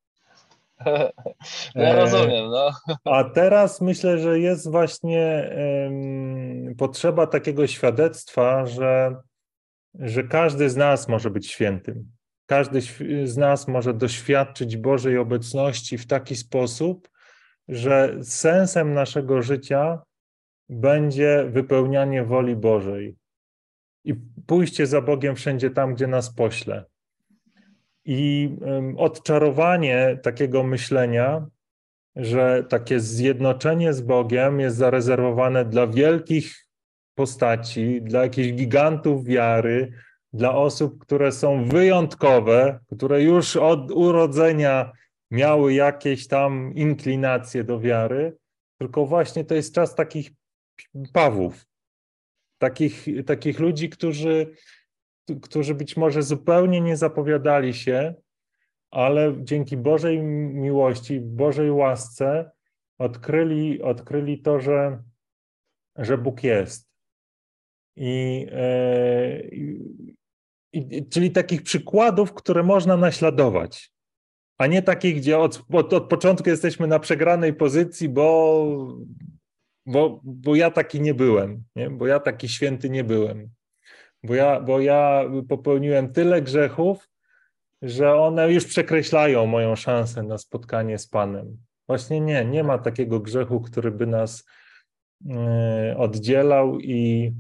No ja E, rozumiem, no. a teraz myślę, że jest właśnie em, potrzeba takiego świadectwa, że, że każdy z nas może być świętym. Każdy św- z nas może doświadczyć Bożej obecności w taki sposób, że sensem naszego życia będzie wypełnianie woli Bożej i pójście za Bogiem wszędzie tam, gdzie nas pośle. I um, odczarowanie takiego myślenia, że takie zjednoczenie z Bogiem jest zarezerwowane dla wielkich postaci, dla jakichś gigantów wiary, dla osób, które są wyjątkowe, które już od urodzenia miały jakieś tam inklinacje do wiary, tylko właśnie to jest czas takich Pawłów, takich, takich ludzi, którzy, którzy być może zupełnie nie zapowiadali się, ale dzięki Bożej miłości, Bożej łasce odkryli, odkryli to, że, że Bóg jest. I, e, i, czyli takich przykładów, które można naśladować, a nie takich, gdzie od, od, od początku jesteśmy na przegranej pozycji, bo, bo, bo ja taki nie byłem, nie? Bo ja taki święty nie byłem, bo ja, bo ja popełniłem tyle grzechów, że one już przekreślają moją szansę na spotkanie z Panem. Właśnie nie, nie ma takiego grzechu, który by nas e, oddzielał i,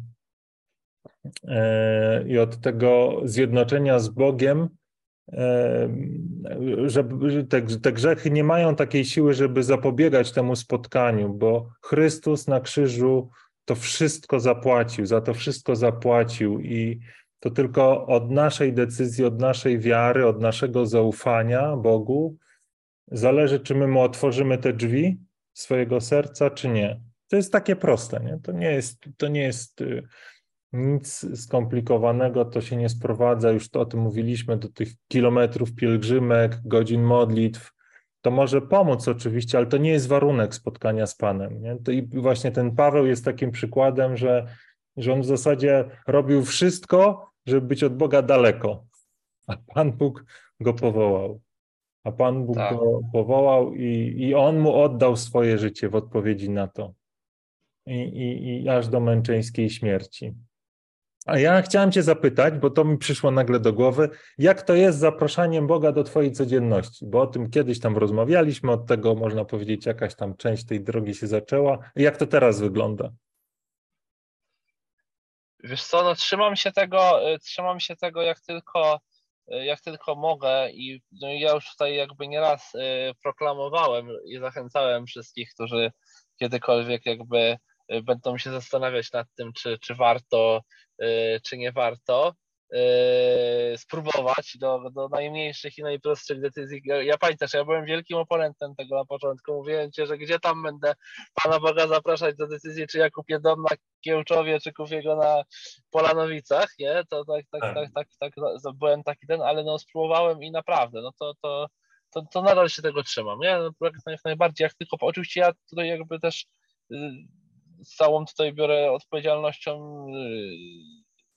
e, i od tego zjednoczenia z Bogiem, e, że te, te grzechy nie mają takiej siły, żeby zapobiegać temu spotkaniu, bo Chrystus na krzyżu to wszystko zapłacił, za to wszystko zapłacił i to tylko od naszej decyzji, od naszej wiary, od naszego zaufania Bogu zależy, czy my mu otworzymy te drzwi swojego serca, czy nie. To jest takie proste, nie? To nie jest, to nie jest y, nic skomplikowanego, to się nie sprowadza, już to, o tym mówiliśmy, do tych kilometrów pielgrzymek, godzin modlitw. To może pomóc oczywiście, ale to nie jest warunek spotkania z Panem. Nie? To i właśnie ten Paweł jest takim przykładem, że, że on w zasadzie robił wszystko, żeby być od Boga daleko, a Pan Bóg go powołał. A Pan Bóg Tak. go powołał i, i on mu oddał swoje życie w odpowiedzi na to. I, i, i aż do męczeńskiej śmierci. A ja chciałem Cię zapytać, bo to mi przyszło nagle do głowy, jak to jest z zapraszaniem Boga do Twojej codzienności? Bo o tym kiedyś tam rozmawialiśmy, od tego można powiedzieć, jakaś tam część tej drogi się zaczęła. Jak to teraz wygląda? Wiesz co, no trzymam się tego, y, trzymam się tego jak tylko, y, jak tylko mogę i no, ja już tutaj jakby nieraz y, proklamowałem i zachęcałem wszystkich, którzy kiedykolwiek jakby y, będą się zastanawiać nad tym, czy, czy warto, y, czy nie warto, y, spróbować do, do najmniejszych i najprostszych decyzji. Ja, ja pamiętam, że ja byłem wielkim oponentem tego na początku. Mówiłem ci, że gdzie tam będę Pana Boga zapraszać do decyzji, czy ja kupię dom na Kiełczowie, czy kupię go na Polanowicach, nie? To tak, tak, tak, tak, tak, tak byłem taki ten, ale no spróbowałem i naprawdę, no to, to, to, to nadal się tego trzymam, nie? No, jak najbardziej, jak tylko, oczywiście ja tutaj jakby też y, z całą tutaj biorę odpowiedzialnością y,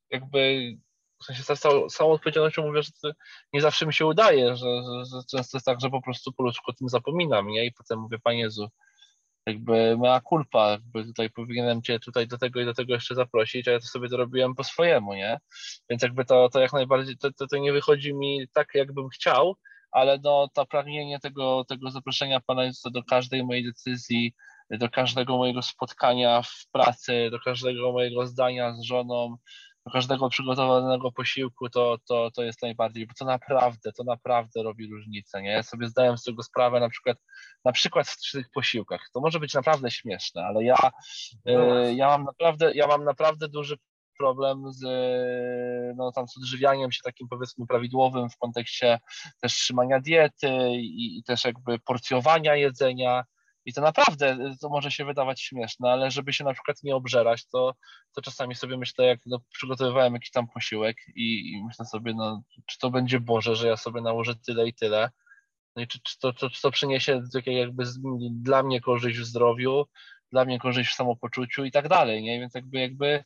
jakby w sensie z całą, całą odpowiedzialnością mówię, że to nie zawsze mi się udaje, że, że, że często jest tak, że po prostu po ludzku o tym zapominam, nie? I potem mówię, Panie Jezu, jakby mea culpa, jakby tutaj powinienem Cię tutaj do tego i do tego jeszcze zaprosić, a ja to sobie to robiłem po swojemu, nie? Więc jakby to, to jak najbardziej, to, to, to nie wychodzi mi tak, jakbym chciał, ale no to pragnienie tego, tego zaproszenia Pana Jezusa do każdej mojej decyzji, do każdego mojego spotkania w pracy, do każdego mojego zdania z żoną, do każdego przygotowanego posiłku, to, to, to jest najbardziej, bo to naprawdę, to naprawdę robi różnicę, nie? Ja sobie zdałem z tego sprawę na przykład, na przykład w tych posiłkach. To może być naprawdę śmieszne, ale ja, No y, ja mam naprawdę, ja mam naprawdę duży problem z, y, no, tam, z odżywianiem się takim powiedzmy prawidłowym w kontekście też trzymania diety i, i też jakby porcjowania jedzenia. I to naprawdę, to może się wydawać śmieszne, ale żeby się na przykład nie obżerać, to, to czasami sobie myślę, jak no, przygotowywałem jakiś tam posiłek i, i myślę sobie, no, czy to będzie Boże, że ja sobie nałożę tyle i tyle. No i czy, czy, to, czy, czy to przyniesie takie jakby z, dla mnie korzyść w zdrowiu, dla mnie korzyść w samopoczuciu i tak dalej, nie? Więc jakby, jakby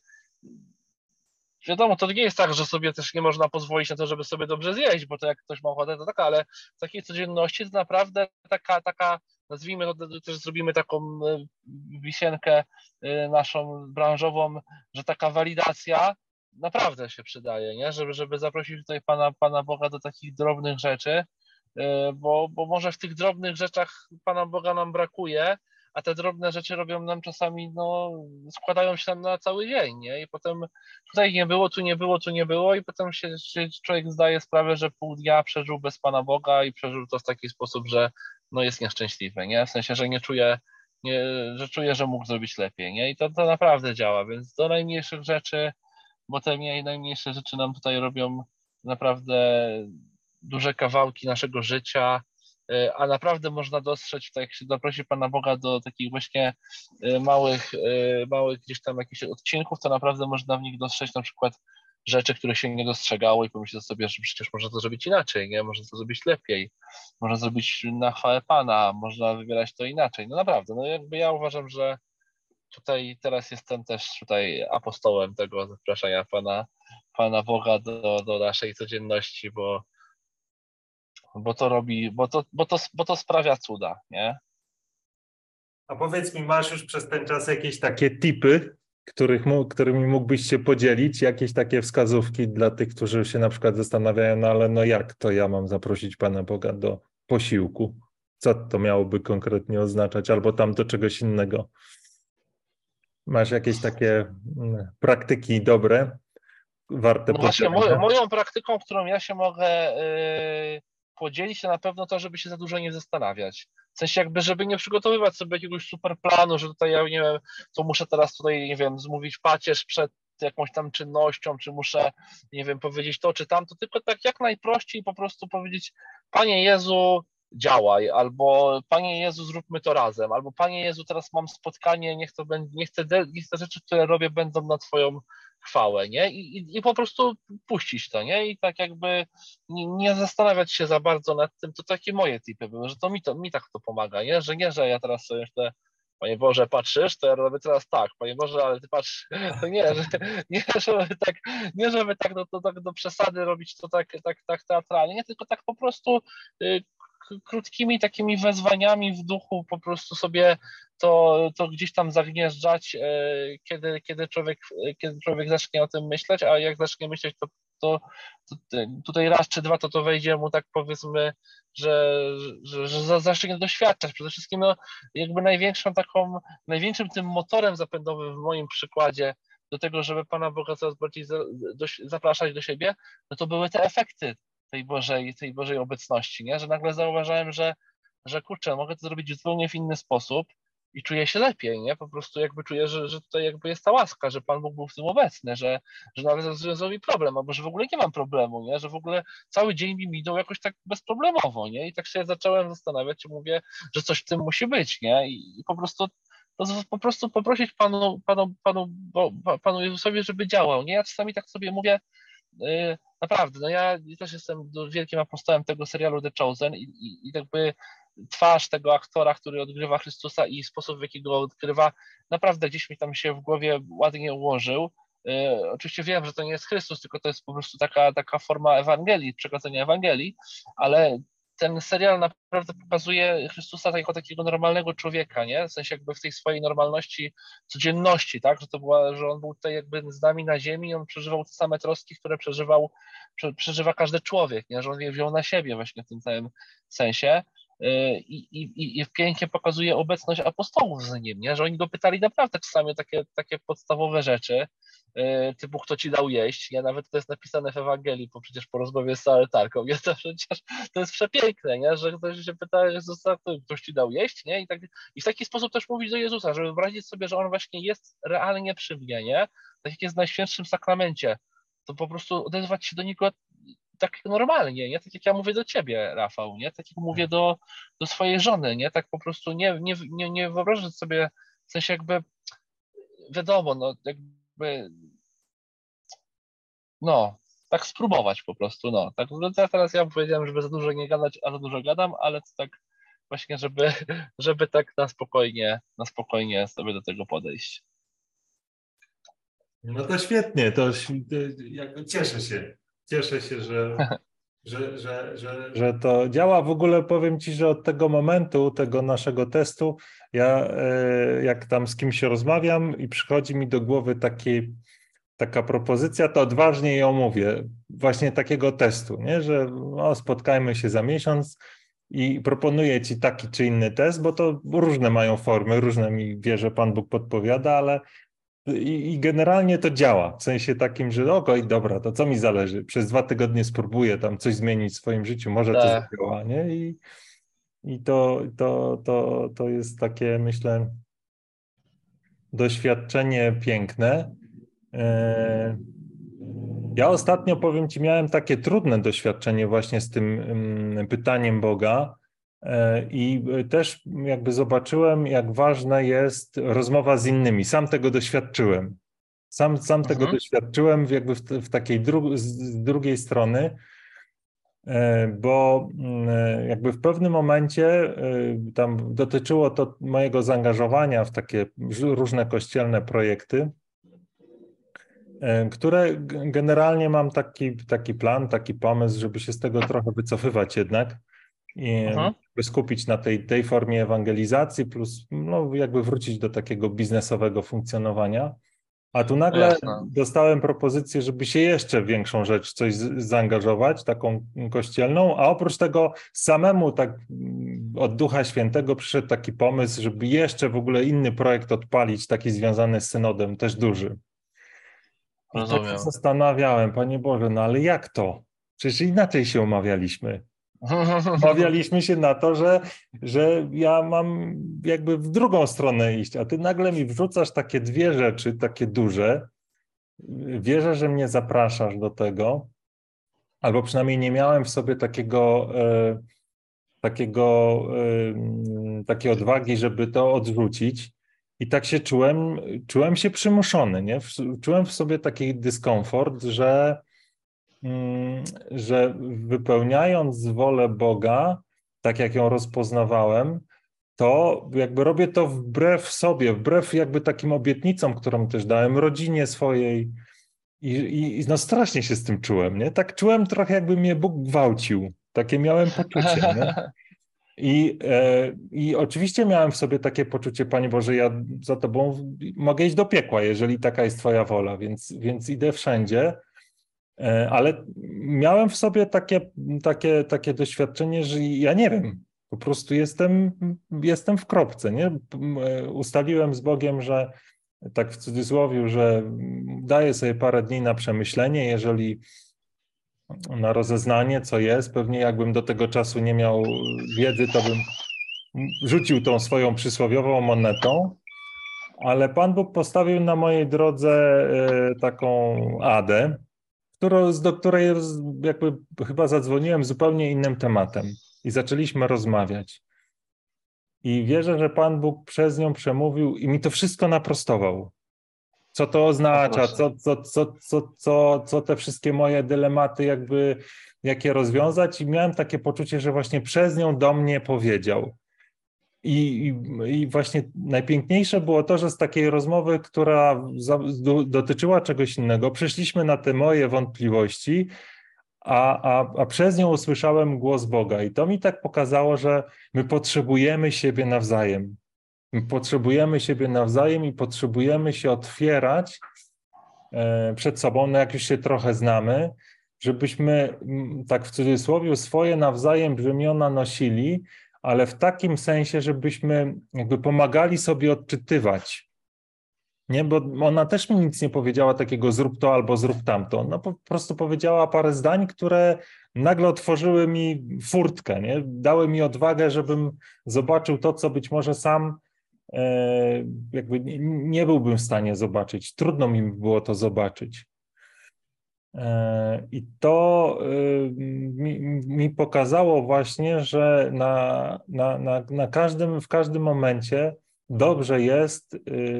wiadomo, to nie jest tak, że sobie też nie można pozwolić na to, żeby sobie dobrze zjeść, bo to jak ktoś ma ochotę, to taka, ale w takiej codzienności to naprawdę taka, taka nazwijmy to, też zrobimy taką e, wisienkę e, naszą branżową, że taka walidacja naprawdę się przydaje, nie? Żeby, żeby zaprosić tutaj Pana, Pana Boga do takich drobnych rzeczy, e, bo, bo może w tych drobnych rzeczach Pana Boga nam brakuje, a te drobne rzeczy robią nam czasami, no, składają się nam na cały dzień, nie? I potem tutaj nie było, tu nie było, tu nie było i potem się, się człowiek zdaje sprawę, że pół dnia przeżył bez Pana Boga i przeżył to w taki sposób, że no, jest nieszczęśliwy, nie? W sensie, że nie czuje, nie, że czuje, że mógł zrobić lepiej, nie? I to, to naprawdę działa, więc do najmniejszych rzeczy, bo te mniej, najmniejsze rzeczy nam tutaj robią naprawdę duże kawałki naszego życia, e, a naprawdę można dostrzec, tak jak się zaprosi Pana Boga do takich właśnie e, małych, e, małych gdzieś tam jakichś odcinków, to naprawdę można w nich dostrzec na przykład rzeczy, których się nie dostrzegało i pomyśleć sobie, że przecież można to zrobić inaczej, nie? Można to zrobić lepiej, można zrobić na chwałę Pana, można wybierać to inaczej. No naprawdę, no jakby ja uważam, że tutaj teraz jestem też tutaj apostołem tego zapraszania Pana, Pana Boga do, do naszej codzienności, bo bo to robi, bo to, bo to, bo to sprawia cuda, nie? a powiedz mi, masz już przez ten czas jakieś takie tipy, których, którymi mógłbyś się podzielić, jakieś takie wskazówki dla tych, którzy się na przykład zastanawiają, no ale no jak to ja mam zaprosić Pana Boga do posiłku? Co to miałoby konkretnie oznaczać, albo tam do czegoś innego? Masz jakieś takie mm, praktyki dobre, warte No właśnie, mo, podzielenia? moją praktyką, którą ja się mogę yy, podzielić, to na pewno to, żeby się za dużo nie zastanawiać. W sensie jakby, żeby nie przygotowywać sobie jakiegoś super planu, że tutaj ja nie wiem, to muszę teraz tutaj, nie wiem, zmówić pacierz przed jakąś tam czynnością, czy muszę, nie wiem, powiedzieć to czy tamto, tylko tak jak najprościej po prostu powiedzieć, Panie Jezu, działaj, albo Panie Jezu, zróbmy to razem, albo Panie Jezu, teraz mam spotkanie, niech to będzie, niech te, niech te rzeczy, które robię, będą na Twoją chwałę, nie? I, i, i po prostu puścić to, nie? I tak jakby nie, nie zastanawiać się za bardzo nad tym, to takie moje tipy były, że to mi, to mi tak to pomaga, nie? Że nie, że ja teraz sobie myślę, Panie Boże, patrzysz, to ja robię teraz tak, Panie Boże, ale ty patrz, to nie, że, nie, żeby tak, nie, żeby tak do, do, do przesady robić to tak, tak, tak teatralnie, nie, tylko tak po prostu y, krótkimi takimi wezwaniami w duchu po prostu sobie to, to gdzieś tam zagnieżdżać, e, kiedy, kiedy, człowiek, kiedy człowiek zacznie o tym myśleć, a jak zacznie myśleć, to, to, to tutaj raz czy dwa to to wejdzie mu tak powiedzmy, że, że, że zacznie doświadczać. Przede wszystkim no, jakby największą taką, największym tym motorem zapędowym w moim przykładzie do tego, żeby Pana Boga coraz bardziej za, do, zapraszać do siebie, no to były te efekty tej Bożej, tej Bożej obecności, nie? Że nagle zauważyłem, że, że kurczę, mogę to zrobić zupełnie w inny sposób i czuję się lepiej, nie? Po prostu jakby czuję, że, że tutaj jakby jest ta łaska, że Pan Bóg był w tym obecny, że, że nawet rozwiązał mi problem, albo że w ogóle nie mam problemu, nie? Że w ogóle cały dzień mi minął jakoś tak bezproblemowo, nie? I tak się zacząłem zastanawiać i mówię, że coś w tym musi być, nie? I, i po prostu to po prostu poprosić Panu, Panu, Panu, bo, Panu Jezusowi, żeby działał, nie? Ja czasami tak sobie mówię, yy, naprawdę, no ja też jestem wielkim apostołem tego serialu The Chosen i, i, i jakby twarz tego aktora, który odgrywa Chrystusa i sposób, w jaki go odgrywa, naprawdę gdzieś mi tam się w głowie ładnie ułożył, Yy, oczywiście wiem, że to nie jest Chrystus, tylko to jest po prostu taka, taka forma Ewangelii, przekazania Ewangelii, ale ten serial naprawdę pokazuje Chrystusa jako takiego normalnego człowieka, nie? W sensie jakby w tej swojej normalności, codzienności, tak? Że to była, że on był tutaj jakby z nami na ziemi, on przeżywał te same troski, które przeżywał, prze, przeżywa każdy człowiek, nie? Że on je wziął na siebie właśnie w tym całym sensie. I, i, i pięknie pokazuje obecność apostołów z nim, nie? Że oni go pytali naprawdę czasami o takie, takie podstawowe rzeczy, typu kto ci dał jeść, nie? Nawet to jest napisane w Ewangelii, bo przecież po rozmowie z Samarytanką, nie? To przecież to jest przepiękne, nie? Że ktoś się pyta Jezusa, ktoś ci dał jeść, nie? I, tak, i w taki sposób też mówić do Jezusa, żeby wyobrazić sobie, że on właśnie jest realnie przy mnie, nie? Tak jak jest w Najświętszym Sakramencie, to po prostu odezwać się do niego tak normalnie, nie? Tak jak ja mówię do ciebie, Rafał, nie? Tak jak mówię do, do swojej żony, nie? Tak po prostu nie, nie, nie, nie wyobrażać sobie, w sensie jakby, wiadomo, no jakby, no, tak spróbować po prostu, no. Tak, no teraz ja powiedziałem, żeby za dużo nie gadać, a za dużo gadam, ale to tak właśnie, żeby, żeby tak na spokojnie, na spokojnie sobie do tego podejść. No to świetnie, to jakby cieszę się. Cieszę się, że, że, że, że, że to działa. W ogóle powiem ci, że od tego momentu, tego naszego testu, ja jak tam z kimś rozmawiam i przychodzi mi do głowy taki, taka propozycja, to odważnie ją mówię. Właśnie takiego testu, nie? Że no, spotkajmy się za miesiąc i proponuję ci taki czy inny test, bo to różne mają formy, różne mi wierzę, Pan Bóg podpowiada, ale I, I generalnie to działa, w sensie takim, że okej, dobra, to co mi zależy? Przez dwa tygodnie spróbuję tam coś zmienić w swoim życiu, może to Tak. zadziała, nie? I, i to, to, to, to jest takie, myślę, doświadczenie piękne. Ja ostatnio, powiem ci, miałem takie trudne doświadczenie właśnie z tym pytaniem Boga i też jakby zobaczyłem, jak ważna jest rozmowa z innymi. Sam tego doświadczyłem. Sam, sam tego Mhm. doświadczyłem jakby w, w takiej dru z drugiej strony, bo jakby w pewnym momencie tam dotyczyło to mojego zaangażowania w takie różne kościelne projekty, które generalnie mam taki, taki plan, taki pomysł, żeby się z tego trochę wycofywać jednak i Mhm. skupić na tej, tej formie ewangelizacji, plus no, jakby wrócić do takiego biznesowego funkcjonowania. A tu No nagle jasne. dostałem propozycję, żeby się jeszcze w większą rzecz coś z, zaangażować, taką kościelną, a oprócz tego samemu tak od Ducha Świętego przyszedł taki pomysł, żeby jeszcze w ogóle inny projekt odpalić, taki związany z synodem, też duży. I tak się Rozumiem. zastanawiałem, Panie Boże, no ale jak to? Przecież inaczej się umawialiśmy. Umawialiśmy się na to, że, że ja mam jakby w drugą stronę iść, a ty nagle mi wrzucasz takie dwie rzeczy, takie duże. Wierzę, że mnie zapraszasz do tego, albo przynajmniej nie miałem w sobie takiego, e, takiego, e, takiej odwagi, żeby to odrzucić. I tak się czułem, czułem się przymuszony, nie? Czułem w sobie taki dyskomfort, że że wypełniając wolę Boga, tak jak ją rozpoznawałem, to jakby robię to wbrew sobie, wbrew jakby takim obietnicom, którą też dałem rodzinie swojej i, i no strasznie się z tym czułem, nie? Tak czułem trochę, jakby mnie Bóg gwałcił. Takie miałem poczucie, nie? I, e, I oczywiście miałem w sobie takie poczucie, Panie Boże, ja za Tobą mogę iść do piekła, jeżeli taka jest Twoja wola, więc, więc idę wszędzie. Ale miałem w sobie takie, takie, takie doświadczenie, że ja nie wiem, po prostu jestem, jestem w kropce, nie? Ustaliłem z Bogiem, że tak w cudzysłowie, że daję sobie parę dni na przemyślenie, jeżeli na rozeznanie, co jest, pewnie jakbym do tego czasu nie miał wiedzy, to bym rzucił tą swoją przysłowiową monetą, ale Pan Bóg postawił na mojej drodze taką Adę, do której jakby chyba zadzwoniłem zupełnie innym tematem i zaczęliśmy rozmawiać. I wierzę, że Pan Bóg przez nią przemówił i mi to wszystko naprostował. Co to oznacza, co, co, co, co, co, co te wszystkie moje dylematy jakby, jakie rozwiązać i miałem takie poczucie, że właśnie przez nią do mnie powiedział. I, i, I właśnie najpiękniejsze było to, że z takiej rozmowy, która za, do, dotyczyła czegoś innego, przeszliśmy na te moje wątpliwości, a, a, a przez nią usłyszałem głos Boga. I to mi tak pokazało, że my potrzebujemy siebie nawzajem. My potrzebujemy siebie nawzajem i potrzebujemy się otwierać e, przed sobą, no jak już się trochę znamy, żebyśmy, m, tak w cudzysłowie, swoje nawzajem brzemiona nosili, ale w takim sensie, żebyśmy jakby pomagali sobie odczytywać. Nie, bo ona też mi nic nie powiedziała takiego zrób to albo zrób tamto. Ona po prostu powiedziała parę zdań, które nagle otworzyły mi furtkę, nie? Dały mi odwagę, żebym zobaczył to, co być może sam e, jakby nie, nie byłbym w stanie zobaczyć. Trudno mi było to zobaczyć. I to mi, mi pokazało właśnie, że na, na, na, na każdym, w każdym momencie dobrze jest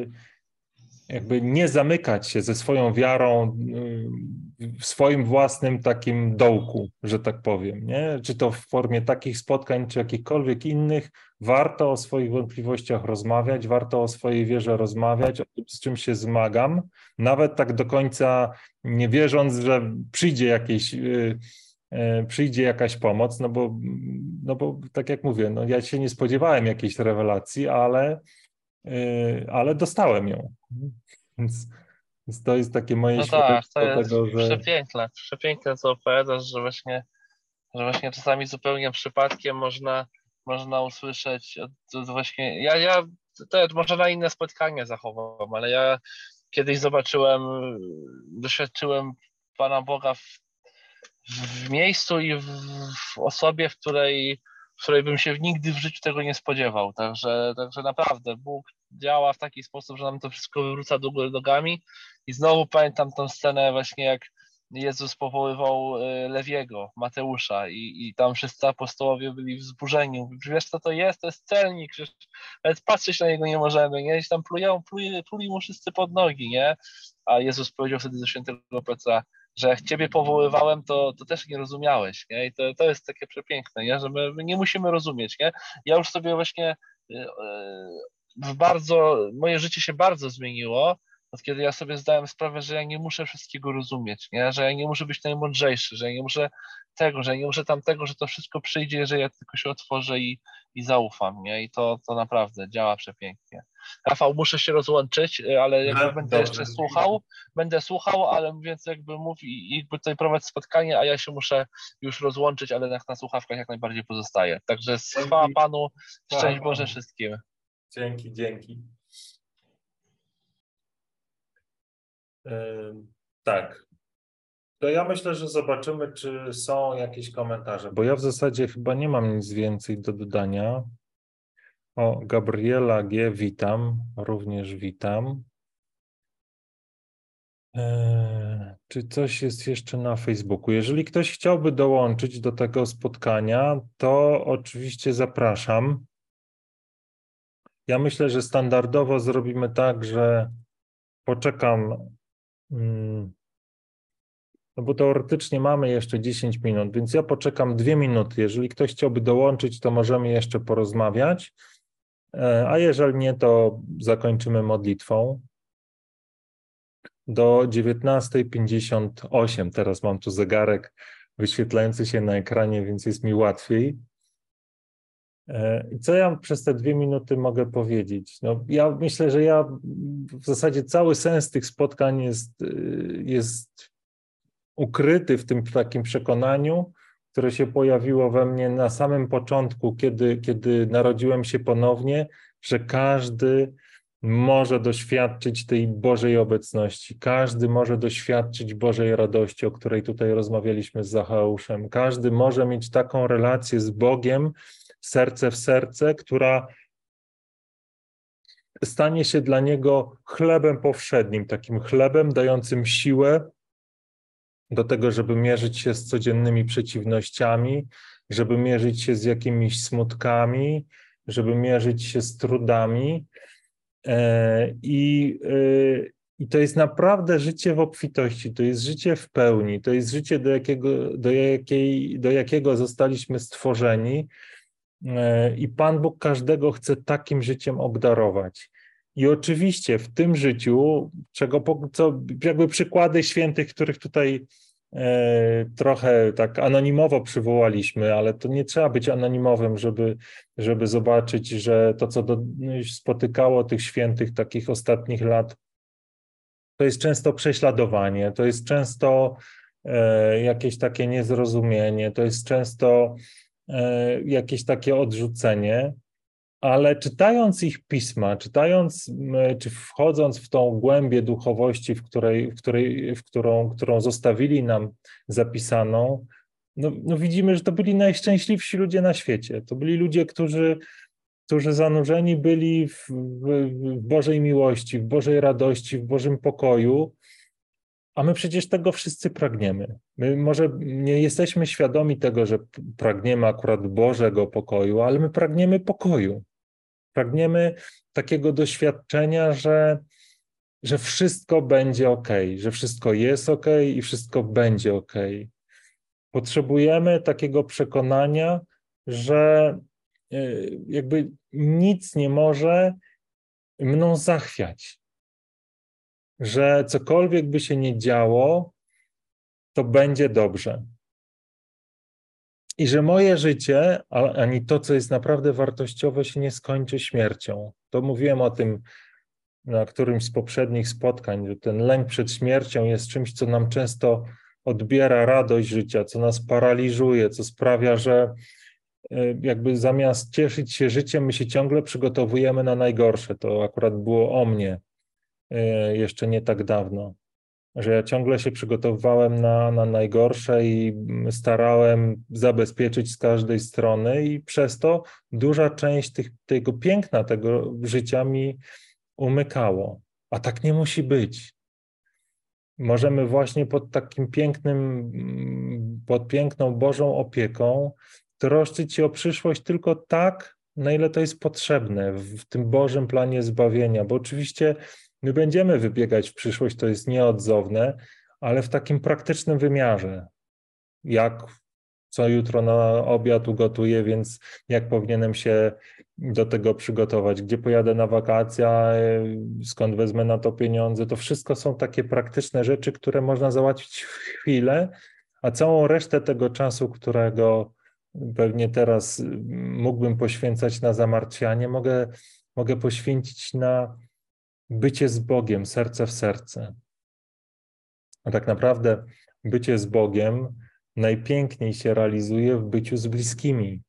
jakby nie zamykać się ze swoją wiarą w swoim własnym takim dołku, że tak powiem, nie? Czy to w formie takich spotkań, czy jakichkolwiek innych, warto o swoich wątpliwościach rozmawiać, warto o swojej wierze rozmawiać, o tym, z czym się zmagam, nawet tak do końca nie wierząc, że przyjdzie jakieś przyjdzie jakaś pomoc, no bo, no bo tak jak mówię, no ja się nie spodziewałem jakiejś rewelacji, ale ale dostałem ją. Więc, więc to jest takie moje No tak, to świadectwo jest tego, że przepiękne, przepiękne co opowiadasz, że właśnie, że właśnie czasami zupełnie przypadkiem można, można usłyszeć, to właśnie, ja, ja to może na inne spotkanie zachowam, ale ja kiedyś zobaczyłem, doświadczyłem Pana Boga w, w miejscu i w, w osobie, w której, w której bym się nigdy w życiu tego nie spodziewał. Także, także naprawdę Bóg działa w taki sposób, że nam to wszystko wywróca do góry nogami. I znowu pamiętam tą scenę właśnie, jak Jezus powoływał Lewiego, Mateusza i, i tam wszyscy apostołowie byli wzburzeni. Wiesz co to jest? To jest celnik, przecież nawet patrzeć na niego nie możemy, nie? I tam plują, pluli, pluli mu wszyscy pod nogi, nie? A Jezus powiedział wtedy do świętego Piotra, że jak ciebie powoływałem, to, to też nie rozumiałeś, nie? I to, to jest takie przepiękne, nie? Że my, my nie musimy rozumieć, nie? Ja już sobie właśnie w bardzo, moje życie się bardzo zmieniło, od kiedy ja sobie zdałem sprawę, że ja nie muszę wszystkiego rozumieć, nie? Że ja nie muszę być najmądrzejszy, że ja nie muszę tego, że ja nie muszę tamtego, że to wszystko przyjdzie, że ja tylko się otworzę i, i zaufam, nie? I to, to naprawdę działa przepięknie. Rafał, muszę się rozłączyć, ale jakby będę dobrze. jeszcze słuchał, będę słuchał, ale więc jakby mów i jakby tutaj prowadź spotkanie, a ja się muszę już rozłączyć, ale jak na słuchawkach jak najbardziej pozostaję. Także chwała Panu, szczęść Boże wszystkim. Dzięki, dzięki. Yy, tak. To ja myślę, że zobaczymy, czy są jakieś komentarze, bo ja w zasadzie chyba nie mam nic więcej do dodania. O, Gabriela G. Witam, również witam. Eee, czy coś jest jeszcze na Facebooku? Jeżeli ktoś chciałby dołączyć do tego spotkania, to oczywiście zapraszam. Ja myślę, że standardowo zrobimy tak, że poczekam, mm, no bo teoretycznie mamy jeszcze dziesięć minut, więc ja poczekam dwie minuty. Jeżeli ktoś chciałby dołączyć, to możemy jeszcze porozmawiać, eee, a jeżeli nie, to zakończymy modlitwą. Do dziewiętnastej pięćdziesiąt osiem. Teraz mam tu zegarek wyświetlający się na ekranie, więc jest mi łatwiej. I co ja przez te dwie minuty mogę powiedzieć? No, ja myślę, że ja w zasadzie cały sens tych spotkań jest, jest ukryty w tym takim przekonaniu, które się pojawiło we mnie na samym początku, kiedy, kiedy narodziłem się ponownie, że każdy może doświadczyć tej Bożej obecności. Każdy może doświadczyć Bożej radości, o której tutaj rozmawialiśmy z Zacheuszem. Każdy może mieć taką relację z Bogiem, serce w serce, która stanie się dla niego chlebem powszednim, takim chlebem dającym siłę do tego, żeby mierzyć się z codziennymi przeciwnościami, żeby mierzyć się z jakimiś smutkami, żeby mierzyć się z trudami. I, I to jest naprawdę życie w obfitości, to jest życie w pełni, to jest życie, do jakiego, do jakiej, do jakiego zostaliśmy stworzeni. I Pan Bóg każdego chce takim życiem obdarować. I oczywiście w tym życiu, czego co jakby przykłady świętych, których tutaj e, trochę tak anonimowo przywołaliśmy, ale to nie trzeba być anonimowym, żeby, żeby zobaczyć, że to, co do, spotykało tych świętych takich ostatnich lat, to jest często prześladowanie, to jest często e, jakieś takie niezrozumienie, to jest często e, jakieś takie odrzucenie, ale czytając ich pisma, czytając czy wchodząc w tą głębię duchowości, w której, w której, w którą, którą zostawili nam zapisaną, no, no widzimy, że to byli najszczęśliwsi ludzie na świecie. To byli ludzie, którzy, którzy zanurzeni byli w, w, w Bożej miłości, w Bożej radości, w Bożym pokoju, a my przecież tego wszyscy pragniemy. My może nie jesteśmy świadomi tego, że pragniemy akurat Bożego pokoju, ale my pragniemy pokoju. Pragniemy takiego doświadczenia, że, że wszystko będzie ok, że wszystko jest ok i wszystko będzie ok. Potrzebujemy takiego przekonania, że jakby nic nie może mną zachwiać, że cokolwiek by się nie działo, to będzie dobrze. I że moje życie, ani to, co jest naprawdę wartościowe, się nie skończy śmiercią. To mówiłem o tym na którymś z poprzednich spotkań, że ten lęk przed śmiercią jest czymś, co nam często odbiera radość życia, co nas paraliżuje, co sprawia, że jakby zamiast cieszyć się życiem, my się ciągle przygotowujemy na najgorsze. To akurat było o mnie jeszcze nie tak dawno, że ja ciągle się przygotowywałem na, na najgorsze i starałem zabezpieczyć z każdej strony i przez to duża część tych, tego piękna tego życia mi umykało. A tak nie musi być. Możemy właśnie pod takim pięknym, pod piękną Bożą opieką troszczyć się o przyszłość tylko tak, na ile to jest potrzebne w tym Bożym planie zbawienia, bo oczywiście my będziemy wybiegać w przyszłość, to jest nieodzowne, ale w takim praktycznym wymiarze. Jak, co jutro na obiad ugotuję, więc jak powinienem się do tego przygotować, gdzie pojadę na wakacje, skąd wezmę na to pieniądze. To wszystko są takie praktyczne rzeczy, które można załatwić w chwilę, a całą resztę tego czasu, którego pewnie teraz mógłbym poświęcać na zamartwianie, mogę, mogę poświęcić na bycie z Bogiem, serce w serce. A tak naprawdę bycie z Bogiem najpiękniej się realizuje w byciu z bliskimi.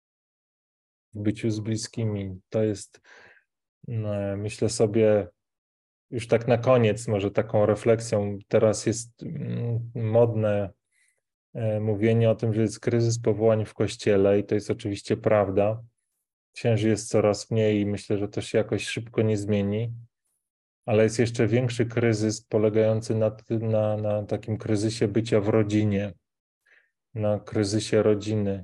W byciu z bliskimi. To jest, no, myślę sobie, już tak na koniec, może taką refleksją. Teraz jest modne mówienie o tym, że jest kryzys powołań w Kościele i to jest oczywiście prawda. Księży jest coraz mniej i myślę, że to się jakoś szybko nie zmieni. Ale jest jeszcze większy kryzys polegający na, na, na takim kryzysie bycia w rodzinie, na kryzysie rodziny,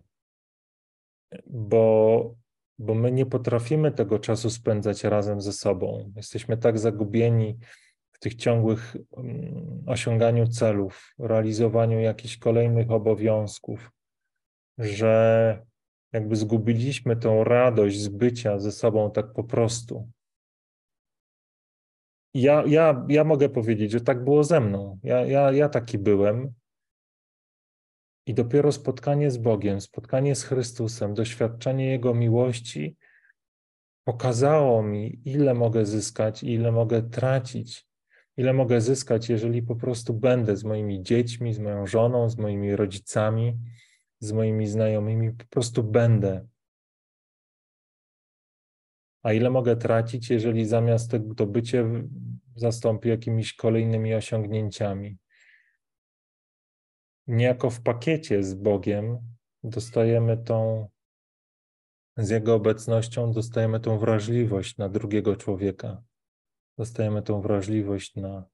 bo, bo my nie potrafimy tego czasu spędzać razem ze sobą. Jesteśmy tak zagubieni w tych ciągłych um, osiąganiu celów, realizowaniu jakichś kolejnych obowiązków, że jakby zgubiliśmy tą radość z bycia ze sobą tak po prostu. Ja, ja, ja mogę powiedzieć, że tak było ze mną. Ja, ja, ja taki byłem. I dopiero spotkanie z Bogiem, spotkanie z Chrystusem, doświadczenie Jego miłości pokazało mi, ile mogę zyskać i ile mogę tracić. Ile mogę zyskać, jeżeli po prostu będę z moimi dziećmi, z moją żoną, z moimi rodzicami, z moimi znajomymi, po prostu będę. A ile mogę tracić, jeżeli zamiast tego to bycie zastąpię jakimiś kolejnymi osiągnięciami. Niejako w pakiecie z Bogiem dostajemy tą, z Jego obecnością dostajemy tą wrażliwość na drugiego człowieka. Dostajemy tą wrażliwość na,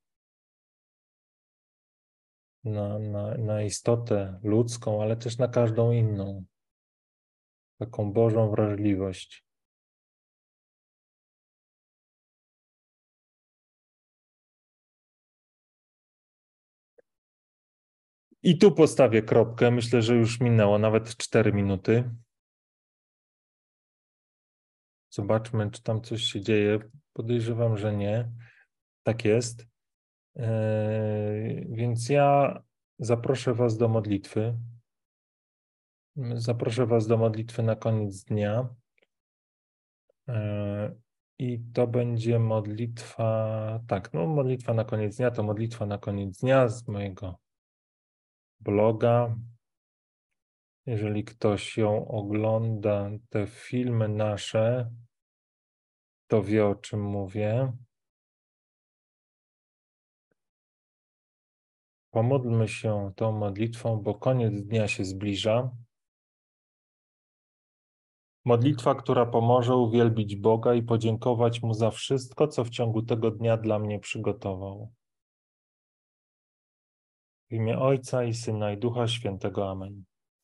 na, na, na istotę ludzką, ale też na każdą inną. Taką Bożą wrażliwość. I tu postawię kropkę. Myślę, że już minęło nawet cztery minuty. Zobaczmy, czy tam coś się dzieje. Podejrzewam, że nie. Tak jest. Więc ja zaproszę Was do modlitwy. Zaproszę Was do modlitwy na koniec dnia. I to będzie modlitwa, tak, no modlitwa na koniec dnia, to modlitwa na koniec dnia z mojego bloga. Jeżeli ktoś ją ogląda, te filmy nasze, to wie, o czym mówię. Pomódlmy się tą modlitwą, bo koniec dnia się zbliża. Modlitwa, która pomoże uwielbić Boga i podziękować Mu za wszystko, co w ciągu tego dnia dla mnie przygotował. W imię Ojca i Syna i Ducha Świętego. Amen.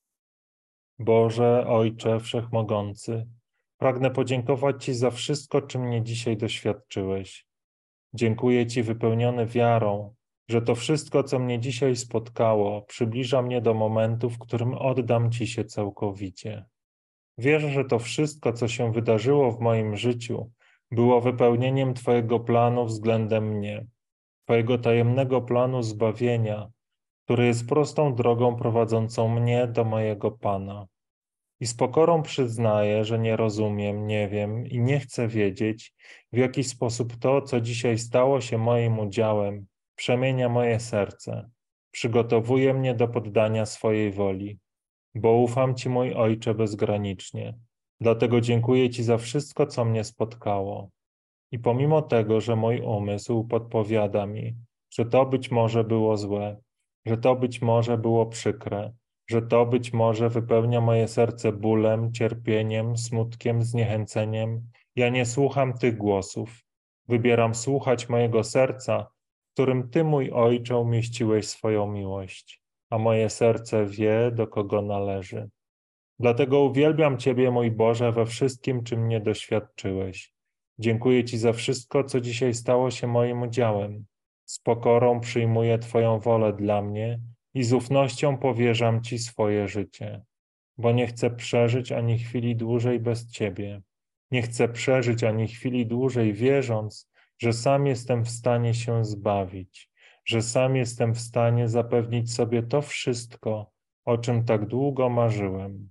Boże, Ojcze Wszechmogący, pragnę podziękować Ci za wszystko, czym mnie dzisiaj doświadczyłeś. Dziękuję Ci wypełniony wiarą, że to wszystko, co mnie dzisiaj spotkało, przybliża mnie do momentu, w którym oddam Ci się całkowicie. Wierzę, że to wszystko, co się wydarzyło w moim życiu, było wypełnieniem Twojego planu względem mnie, Twojego tajemnego planu zbawienia, który jest prostą drogą prowadzącą mnie do mojego Pana. I z pokorą przyznaję, że nie rozumiem, nie wiem i nie chcę wiedzieć, w jaki sposób to, co dzisiaj stało się moim udziałem, przemienia moje serce, przygotowuje mnie do poddania swojej woli, bo ufam Ci, mój Ojcze, bezgranicznie. Dlatego dziękuję Ci za wszystko, co mnie spotkało. I pomimo tego, że mój umysł podpowiada mi, że to być może było złe, że to być może było przykre, że to być może wypełnia moje serce bólem, cierpieniem, smutkiem, zniechęceniem, ja nie słucham tych głosów. Wybieram słuchać mojego serca, w którym Ty, mój Ojcze, umieściłeś swoją miłość, a moje serce wie, do kogo należy. Dlatego uwielbiam Ciebie, mój Boże, we wszystkim, czym mnie doświadczyłeś. Dziękuję Ci za wszystko, co dzisiaj stało się moim udziałem. Z pokorą przyjmuję Twoją wolę dla mnie i z ufnością powierzam Ci swoje życie, bo nie chcę przeżyć ani chwili dłużej bez Ciebie. Nie chcę przeżyć ani chwili dłużej, wierząc, że sam jestem w stanie się zbawić, że sam jestem w stanie zapewnić sobie to wszystko, o czym tak długo marzyłem.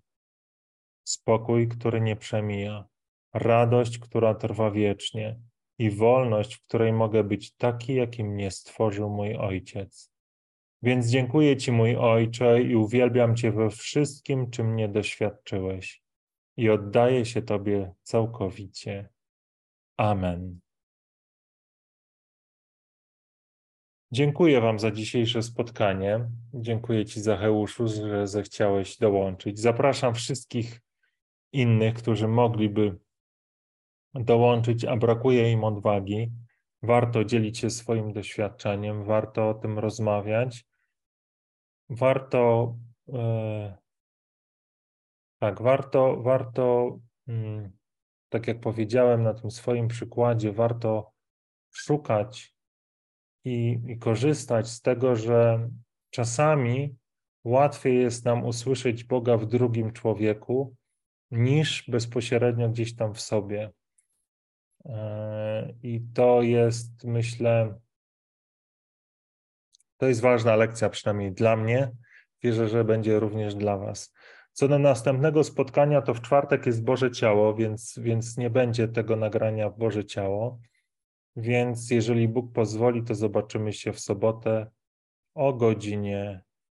Spokój, który nie przemija, radość, która trwa wiecznie i wolność, w której mogę być taki, jaki mnie stworzył mój Ojciec. Więc dziękuję Ci, mój Ojcze, i uwielbiam Cię we wszystkim, czym mnie doświadczyłeś i oddaję się Tobie całkowicie. Amen. Dziękuję Wam za dzisiejsze spotkanie. Dziękuję Ci, Zacheuszu, że zechciałeś dołączyć. Zapraszam wszystkich innych, którzy mogliby dołączyć, a brakuje im odwagi. Warto dzielić się swoim doświadczeniem, warto o tym rozmawiać. Warto, e, tak, warto, warto, mm, tak jak powiedziałem na tym swoim przykładzie, warto szukać i, i korzystać z tego, że czasami łatwiej jest nam usłyszeć Boga w drugim człowieku, niż bezpośrednio gdzieś tam w sobie. I to jest, myślę, to jest ważna lekcja, przynajmniej dla mnie. Wierzę, że będzie również dla Was. Co do następnego spotkania, to w czwartek jest Boże Ciało, więc, więc nie będzie tego nagrania w Boże Ciało. Więc jeżeli Bóg pozwoli, to zobaczymy się w sobotę o godzinie,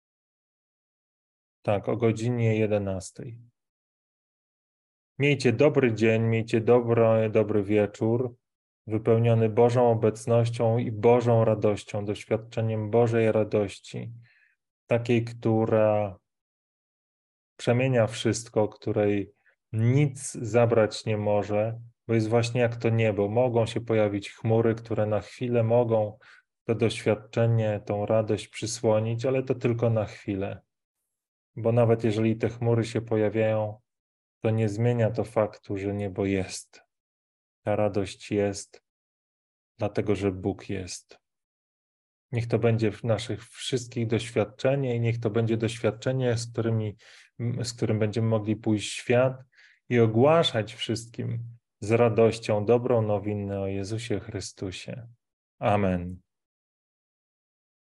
tak, o godzinie jedenastej. Miejcie dobry dzień, miejcie dobry, dobry wieczór, wypełniony Bożą obecnością i Bożą radością, doświadczeniem Bożej radości, takiej, która przemienia wszystko, której nic zabrać nie może, bo jest właśnie jak to niebo. Mogą się pojawić chmury, które na chwilę mogą to doświadczenie, tą radość przysłonić, ale to tylko na chwilę. Bo nawet jeżeli te chmury się pojawiają, to nie zmienia to faktu, że niebo jest. Ta radość jest, dlatego że Bóg jest. Niech to będzie w naszych wszystkich doświadczenie i niech to będzie doświadczenie, z, którymi, z którym będziemy mogli pójść w świat i ogłaszać wszystkim z radością dobrą nowinę o Jezusie Chrystusie. Amen.